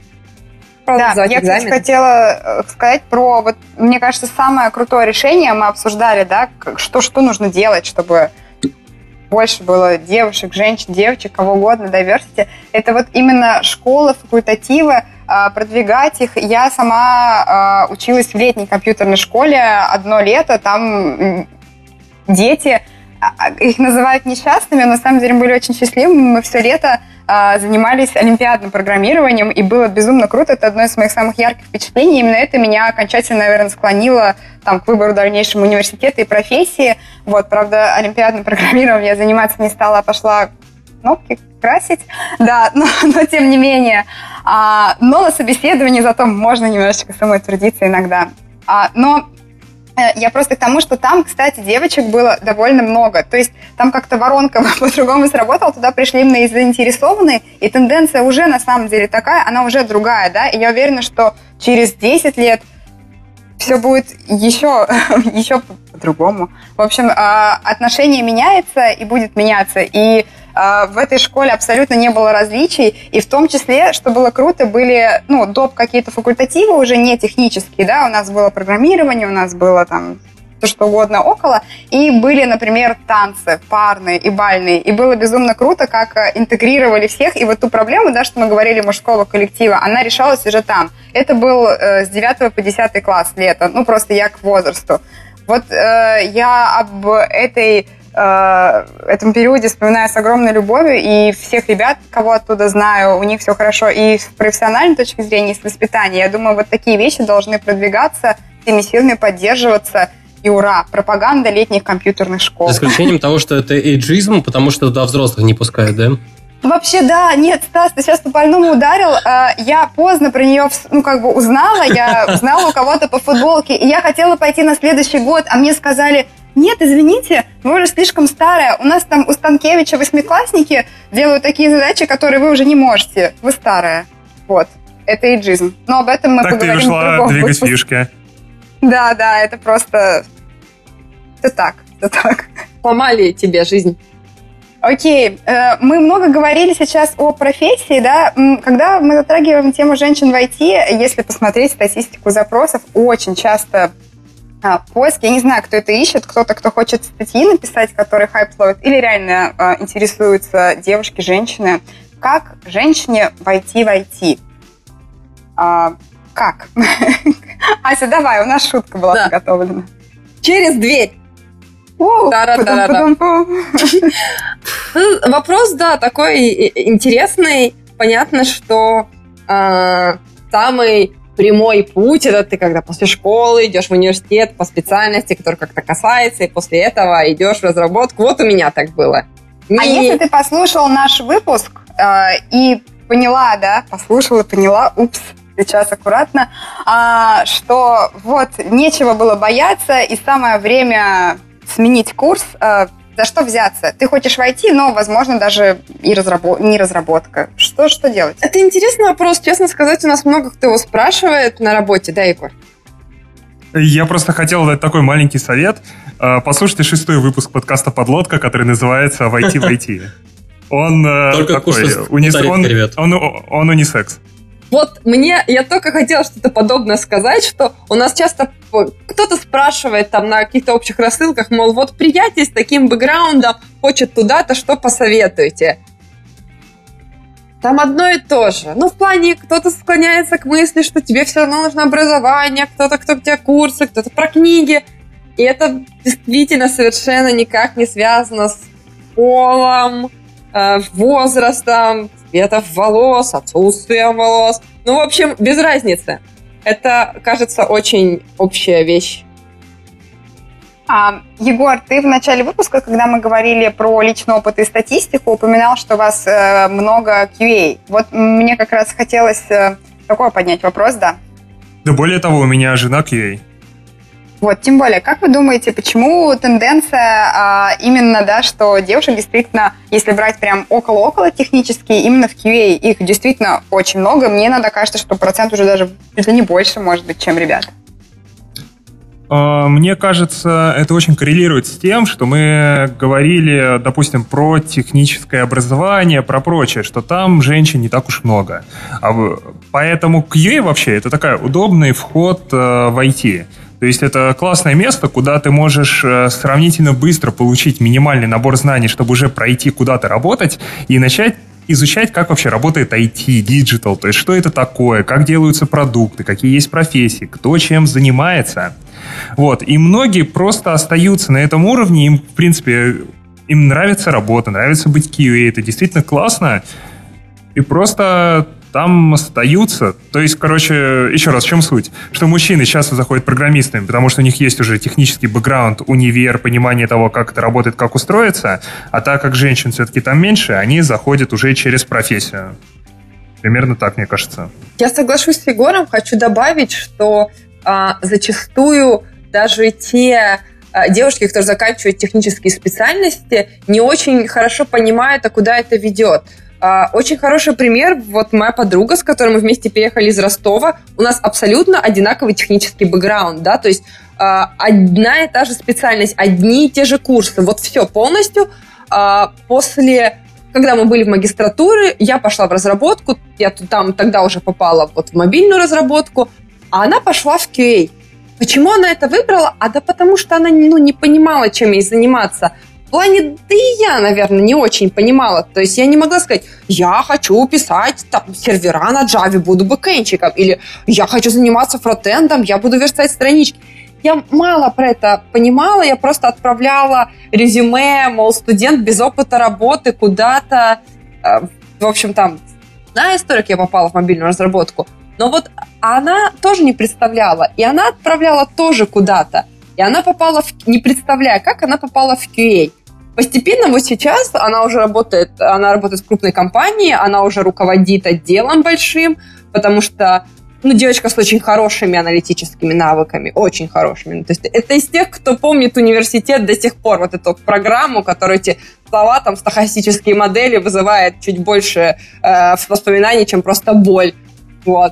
Да, я, кстати, хотела сказать про, вот, мне кажется, самое крутое решение, мы обсуждали, да, что, что нужно делать, чтобы больше было девушек, женщин, девочек, кого угодно, diversity. Это вот именно школы, факультативы, продвигать их. Я сама училась в летней компьютерной школе одно лето, там дети, их называют несчастными, но на самом деле были очень счастливыми. Мы все лето занимались олимпиадным программированием, и было безумно круто. Это одно из моих самых ярких впечатлений. Именно это меня окончательно, наверное, склонило там, к выбору дальнейшего университета и профессии. Вот, правда, олимпиадным программированием я заниматься не стала, а пошла кнопки красить. Да, но, но тем не менее. А, но на собеседовании зато можно немножечко самой трудиться иногда. А, но я просто к тому, что там, кстати, девочек было довольно много. То есть там как-то воронка по-другому сработала, туда пришли именно и заинтересованные, и тенденция уже на самом деле такая, она уже другая, да, и я уверена, что через десять лет все будет еще, еще по-другому. В общем, отношение меняется и будет меняться, и в этой школе абсолютно не было различий, и в том числе, что было круто, были, ну, доп. Какие-то факультативы уже не технические, да, у нас было программирование, у нас было там то, что угодно около, и были, например, танцы парные и бальные, и было безумно круто, как интегрировали всех, и вот ту проблему, да, что мы говорили, мужского коллектива, она решалась уже там. Это был э, с девятого по десятый класс лето, ну, просто я к возрасту. Вот э, я об этой этом периоде вспоминаю с огромной любовью, и всех ребят, кого оттуда знаю, у них все хорошо и с профессиональной точки зрения, и с воспитания. Я думаю, вот такие вещи должны продвигаться, всеми силами поддерживаться, и ура, пропаганда летних компьютерных школ. За исключением того, что это эйджизм, потому что туда взрослых не пускают, да? Вообще, да, нет, Стас, ты сейчас по больному ударил. Я поздно про нее, ну, как бы узнала, я узнала у кого-то по футболке, и я хотела пойти на следующий год, а мне сказали: нет, извините, вы уже слишком старая. У нас там у Станкевича восьмиклассники делают такие задачи, которые вы уже не можете. Вы старая. Вот. это эйджизм. Но об этом мы так поговорим в другом Так ты двигать выпуске. фишки. Да, да, это просто... Это так, это так. Сломали тебе жизнь. Окей, мы много говорили сейчас о профессии, да, когда мы затрагиваем тему женщин в ай ти, если посмотреть статистику запросов, очень часто а, поиск, я не знаю, кто это ищет, кто-то, кто хочет статьи написать, которые хайп ловят, или реально а, интересуются девушки, женщины, как женщине войти в ай ти? А, как? Ася, давай, у нас шутка была да. подготовлена. Через дверь. Вопрос, да, такой интересный. Понятно, что э, самый прямой путь это ты когда после школы идешь в университет по специальности, который как-то касается, и после этого идешь в разработку. Вот у меня так было. И... А если ты послушал наш выпуск э, и поняла, да, послушала, поняла, упс, сейчас аккуратно, э, что вот нечего было бояться, и самое время сменить курс, э, за что взяться? Ты хочешь войти, но, возможно, даже и разработ... не разработка. Что, что делать? Это интересный вопрос. Честно сказать, у нас много кто его спрашивает на работе, да, Егор? Я просто хотел дать такой маленький совет. Послушайте шестой выпуск подкаста «Подлодка», который называется «Войти в ай ти». Он такой... Он унисекс. Вот мне, я только хотела что-то подобное сказать, что у нас часто кто-то спрашивает там на каких-то общих рассылках, мол, вот приятель с таким бэкграундом хочет туда-то, что посоветуете? Там одно и то же. Ну, в плане, кто-то склоняется к мысли, что тебе все равно нужно образование, кто-то, кто у тебя курсы, кто-то про книги. И это действительно совершенно никак не связано с полом, возрастом, цветом волос, отсутствием волос. Ну, в общем, без разницы. Это, кажется, очень общая вещь. А, Егор, ты в начале выпуска, когда мы говорили про личный опыт и статистику, упоминал, что у вас э, много кью эй. Вот мне как раз хотелось э, такой поднять вопрос, да? Да более того, у меня жена кью эй. Вот, тем более, как вы думаете, почему тенденция а, именно, да, что девушек действительно, если брать прям около-около технические, именно в кью эй их действительно очень много. Мне иногда кажется, что процент уже даже чуть ли не больше, может быть, чем ребят. Мне кажется, это очень коррелирует с тем, что мы говорили, допустим, про техническое образование, про прочее, что там женщин не так уж много. А поэтому кью эй вообще это такой удобный вход в ай ти. То есть это классное место, куда ты можешь сравнительно быстро получить минимальный набор знаний, чтобы уже пройти куда-то работать и начать изучать, как вообще работает ай ти, диджитал, то есть что это такое, как делаются продукты, какие есть профессии, кто чем занимается. Вот. И многие просто остаются на этом уровне, им, в принципе, им нравится работа, нравится быть кью эй, это действительно классно, и просто там остаются. То есть, короче, еще раз, в чем суть? Что мужчины часто заходят программистами, потому что у них есть уже технический бэкграунд, универ, понимание того, как это работает, как устроиться, а так как женщин все-таки там меньше, они заходят уже через профессию. Примерно так, мне кажется. Я соглашусь с Егором, хочу добавить, что а, зачастую даже те а, девушки, которые заканчивают технические специальности, не очень хорошо понимают, а куда это ведет. Очень хороший пример, вот моя подруга, с которой мы вместе переехали из Ростова, у нас абсолютно одинаковый технический бэкграунд, да, то есть одна и та же специальность, одни и те же курсы, вот все полностью. После, когда мы были в магистратуре, я пошла в разработку, я там тогда уже попала вот в мобильную разработку, а она пошла в кью эй. Почему она это выбрала? А да потому что она ну, не понимала, чем ей заниматься. В плане, да и я, наверное, не очень понимала. То есть я не могла сказать, я хочу писать там, сервера на Java, буду бэкэндчиком. Или я хочу заниматься фронтендом, я буду верстать странички. Я мало про это понимала, я просто отправляла резюме, мол, студент без опыта работы куда-то. В общем, там, на историк я попала в мобильную разработку. Но вот она тоже не представляла. И она отправляла тоже куда-то. И она попала в... Не представляя, как она попала в кью эй. Постепенно вот сейчас она уже работает, она работает в крупной компании, она уже руководит отделом большим, потому что, ну, девочка с очень хорошими аналитическими навыками, очень хорошими. То есть это из тех, кто помнит университет до сих пор, вот эту программу, которая эти слова, там, стохастические модели вызывает чуть больше э, воспоминаний, чем просто боль. Вот.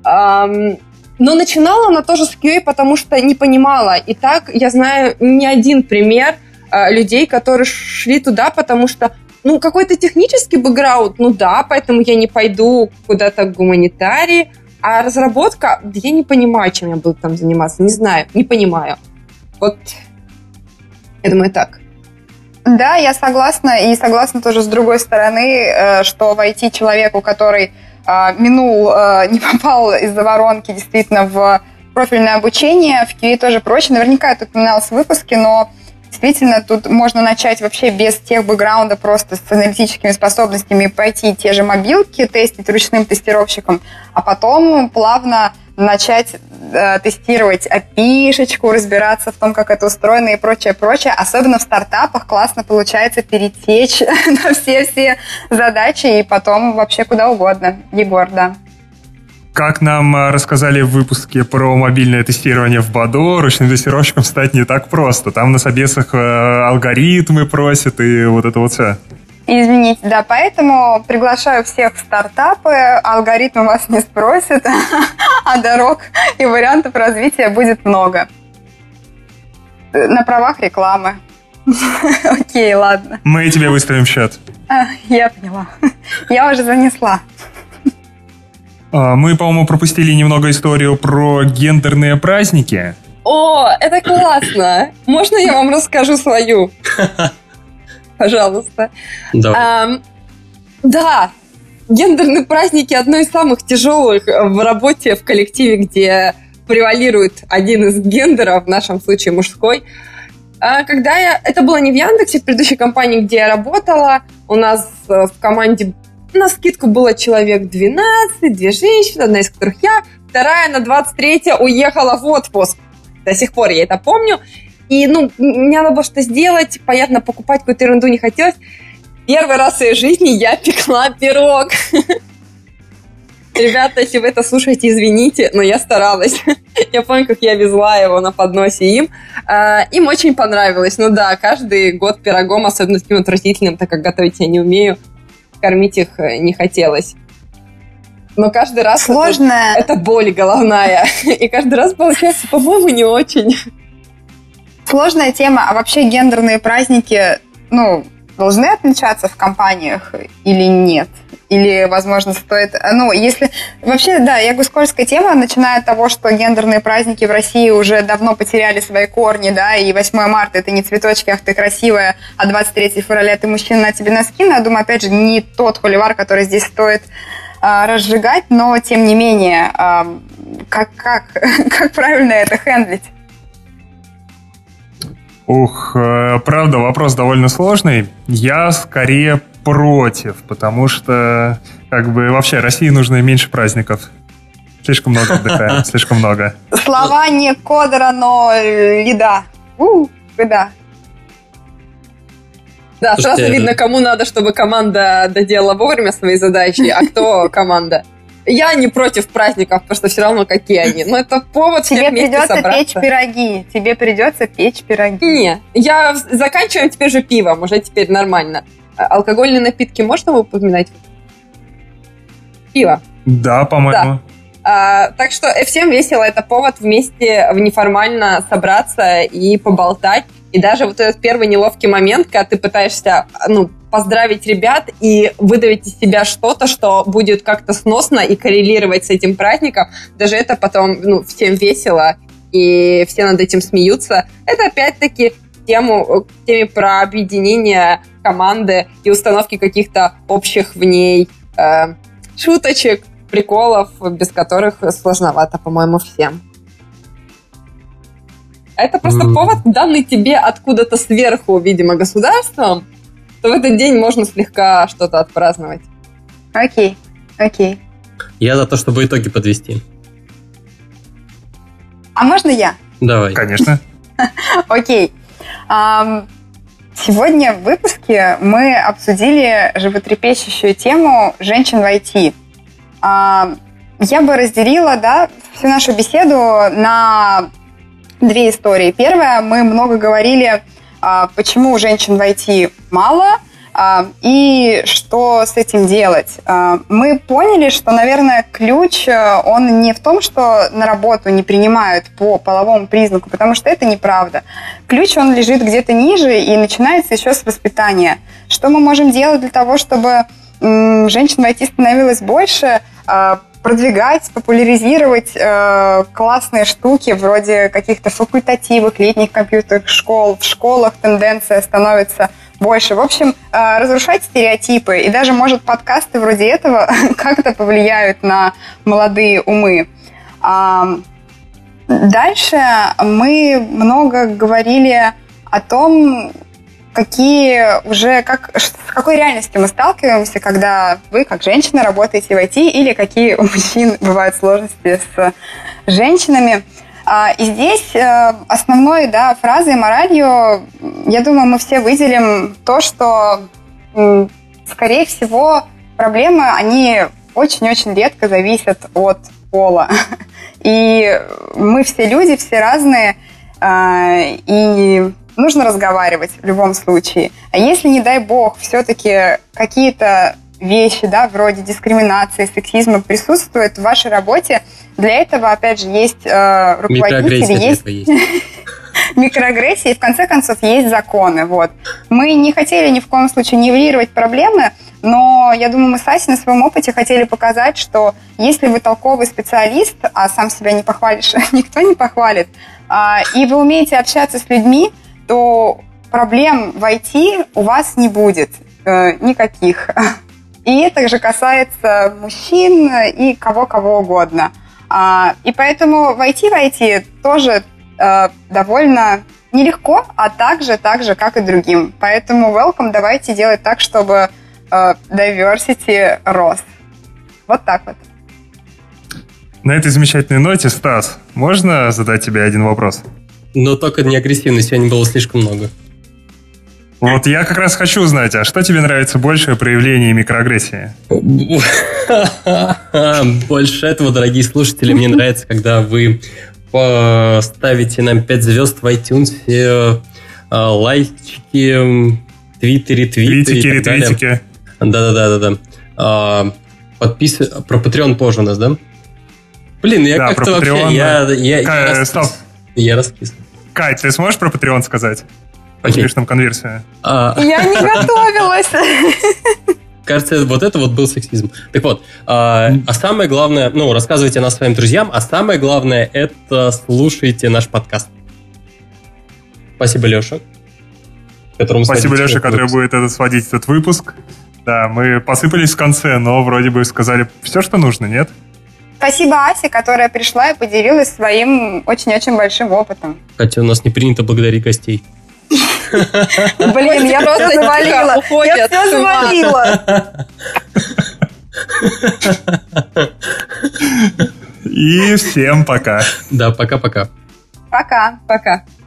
Но начинала она тоже с кью эй, потому что не понимала. И так я знаю не один пример людей, которые шли туда, потому что ну, какой-то технический бэкграунд, ну да, поэтому я не пойду куда-то к гуманитарии. А разработка, да я не понимаю, чем я буду там заниматься, не знаю, не понимаю. Вот, я думаю, так. Да, я согласна, и согласна тоже с другой стороны, что войти человеку, который минул, не попал из-за воронки действительно в профильное обучение, в кью эй тоже проще. Наверняка это упоминалось в выпуске, но действительно тут можно начать вообще без тех бэкграунда, просто с аналитическими способностями, пойти те же мобилки тестить ручным тестировщиком, а потом плавно начать э, тестировать эй пи ай-шечку, разбираться в том, как это устроено и прочее, прочее. Особенно в стартапах классно получается перетечь на все-все задачи и потом вообще куда угодно. Егор, да. Как нам рассказали в выпуске про мобильное тестирование в Бадо, ручным тестировщиком стать не так просто. Там на собесах алгоритмы просят и вот это вот все. Извините, да, поэтому приглашаю всех в стартапы. Алгоритмы вас не спросят, а дорог и вариантов развития будет много. На правах рекламы. Окей, ладно. Мы тебе выставим счет. Я поняла. Я уже занесла. Мы, по-моему, пропустили немного историю про гендерные праздники. О, это классно! Можно я вам расскажу свою? Пожалуйста. Давай. Да, гендерные праздники одно из самых тяжелых в работе в коллективе, где превалирует один из гендеров, в нашем случае мужской. Когда я... Это было не в Яндексе, в предыдущей компании, где я работала. У нас в команде на скидку было человек двенадцать, две женщины, одна из которых я, вторая на двадцать третье уехала в отпуск. До сих пор я это помню. И, ну, мне надо было что-то сделать, понятно, покупать какую-то ерунду не хотелось. Первый раз в своей жизни я пекла пирог. Ребята, если вы это слушаете, извините, но я старалась. Я помню, как я везла его на подносе им. Им очень понравилось. Ну да, каждый год пирогом, особенно таким отвратительным, так как готовить я не умею, кормить их не хотелось. Но каждый раз сложно. Это, это боль головная. И каждый раз получается, по-моему, не очень. Сложная тема. А вообще гендерные праздники, ну, должны отмечаться в компаниях или нет? Или, возможно, стоит... Ну, если... Вообще, да, я говорю, скользкая тема, начиная от того, что гендерные праздники в России уже давно потеряли свои корни, да, и восьмое марта это не цветочки, ах ты красивая, а двадцать третьего февраля ты мужчина, на тебе носки. Но я думаю, опять же, не тот холивар, который здесь стоит а, разжигать, но, тем не менее, а, как, как, как правильно это хендлить? Ух, правда, вопрос довольно сложный. Я скорее против, потому что, как бы, вообще России нужно меньше праздников. Слишком много отдыхаем, слишком много. Слова не кодера, но лида. У, да. Да, сразу видно, кому надо, чтобы команда доделала вовремя свои задачи, а кто команда. Я не против праздников, потому что все равно какие они. Но это повод всем вместе собраться. Тебе придется печь пироги. Тебе придется печь пироги. Не, я заканчиваем теперь же пивом, уже теперь нормально. Алкогольные напитки можно упоминать? Пиво. Да, по-моему. Да. А, так что всем весело, это повод вместе неформально собраться и поболтать. И даже вот этот первый неловкий момент, когда ты пытаешься, ну, поздравить ребят и выдавить из себя что-то, что будет как-то сносно и коррелировать с этим праздником, даже это потом, ну, всем весело, и все над этим смеются. Это опять-таки тему, теме про объединение команды и установки каких-то общих в ней э, шуточек, приколов, без которых сложновато, по-моему, всем. Это просто mm. повод, данный тебе откуда-то сверху, видимо, государством, то в этот день можно слегка что-то отпраздновать. Окей, окей. Я за то, чтобы итоги подвести. А можно я? Давай. Конечно. Окей. Сегодня в выпуске мы обсудили животрепещущую тему женщин в ай ти. Я бы разделила, да, всю нашу беседу на две истории. Первая, мы много говорили, почему женщин в ай ти мало, И что с этим делать? Мы поняли, что, наверное, ключ, он не в том, что на работу не принимают по половому признаку, потому что это неправда. Ключ, он лежит где-то ниже и начинается еще с воспитания. Что мы можем делать для того, чтобы женщин в ай ти становилось больше? Продвигать, популяризировать э, классные штуки вроде каких-то факультативов, летних компьютерных школ. В школах тенденция становится больше. В общем, э, разрушать стереотипы. И даже, может, подкасты вроде этого как-то повлияют на молодые умы. А, дальше мы много говорили о том, какие уже, как, с какой реальностью мы сталкиваемся, когда вы, как женщина, работаете в ай ти, или какие у мужчин бывают сложности с женщинами. И здесь основной, да, фразой, моралью, я думаю, мы все выделим то, что, скорее всего, проблемы, они очень-очень редко зависят от пола. И мы все люди, все разные, и нужно разговаривать в любом случае. А если, не дай бог, все-таки какие-то вещи, да, вроде дискриминации, сексизма присутствуют в вашей работе, для этого, опять же, есть э, руководители, есть, есть. микроагрессии, и в конце концов есть законы. Вот. Мы не хотели ни в коем случае нивелировать проблемы, но я думаю, мы с Асей на своем опыте хотели показать, что если вы толковый специалист, а сам себя не похвалишь, никто не похвалит, э, и вы умеете общаться с людьми, то проблем в ай ти у вас не будет э, никаких. И это же касается мужчин и кого-кого угодно. А, и поэтому войти в ай ти тоже э, довольно нелегко, а так же, так же, как и другим. Поэтому welcome, давайте делать так, чтобы э, diversity рос. Вот так вот. На этой замечательной ноте, Стас, можно задать тебе один вопрос? Но только не агрессивно, сегодня было слишком много. Вот я как раз хочу узнать, а что тебе нравится больше проявление микроагрессии? Больше этого, дорогие слушатели, мне нравится, когда вы поставите нам пять звезд в iTunes, лайчики, твиттере, твиттере. Твитики, ретвитики. Да-да-да-да. Подпис... Про Patreon позже у нас, да? Блин, я да, как-то вообще... Patreon, я, я, К... я, раскис... я раскис. Кать, ты сможешь про Patreon сказать? Почему там конверсия? А... Я не готовилась. Кажется, вот это вот был сексизм. Так вот, а, а самое главное, ну, рассказывайте о нас своим друзьям, а самое главное, это слушайте наш подкаст. Спасибо, Леша. Спасибо, Леша, который выпуск. будет этот, сводить этот выпуск. Да, мы посыпались в конце, но вроде бы сказали все, что нужно, нет? Спасибо Асе, которая пришла и поделилась своим очень-очень большим опытом. Хотя у нас не принято благодарить гостей. Блин, я просто завалила. Я все завалила. И всем пока. Да, пока-пока. Пока. Пока.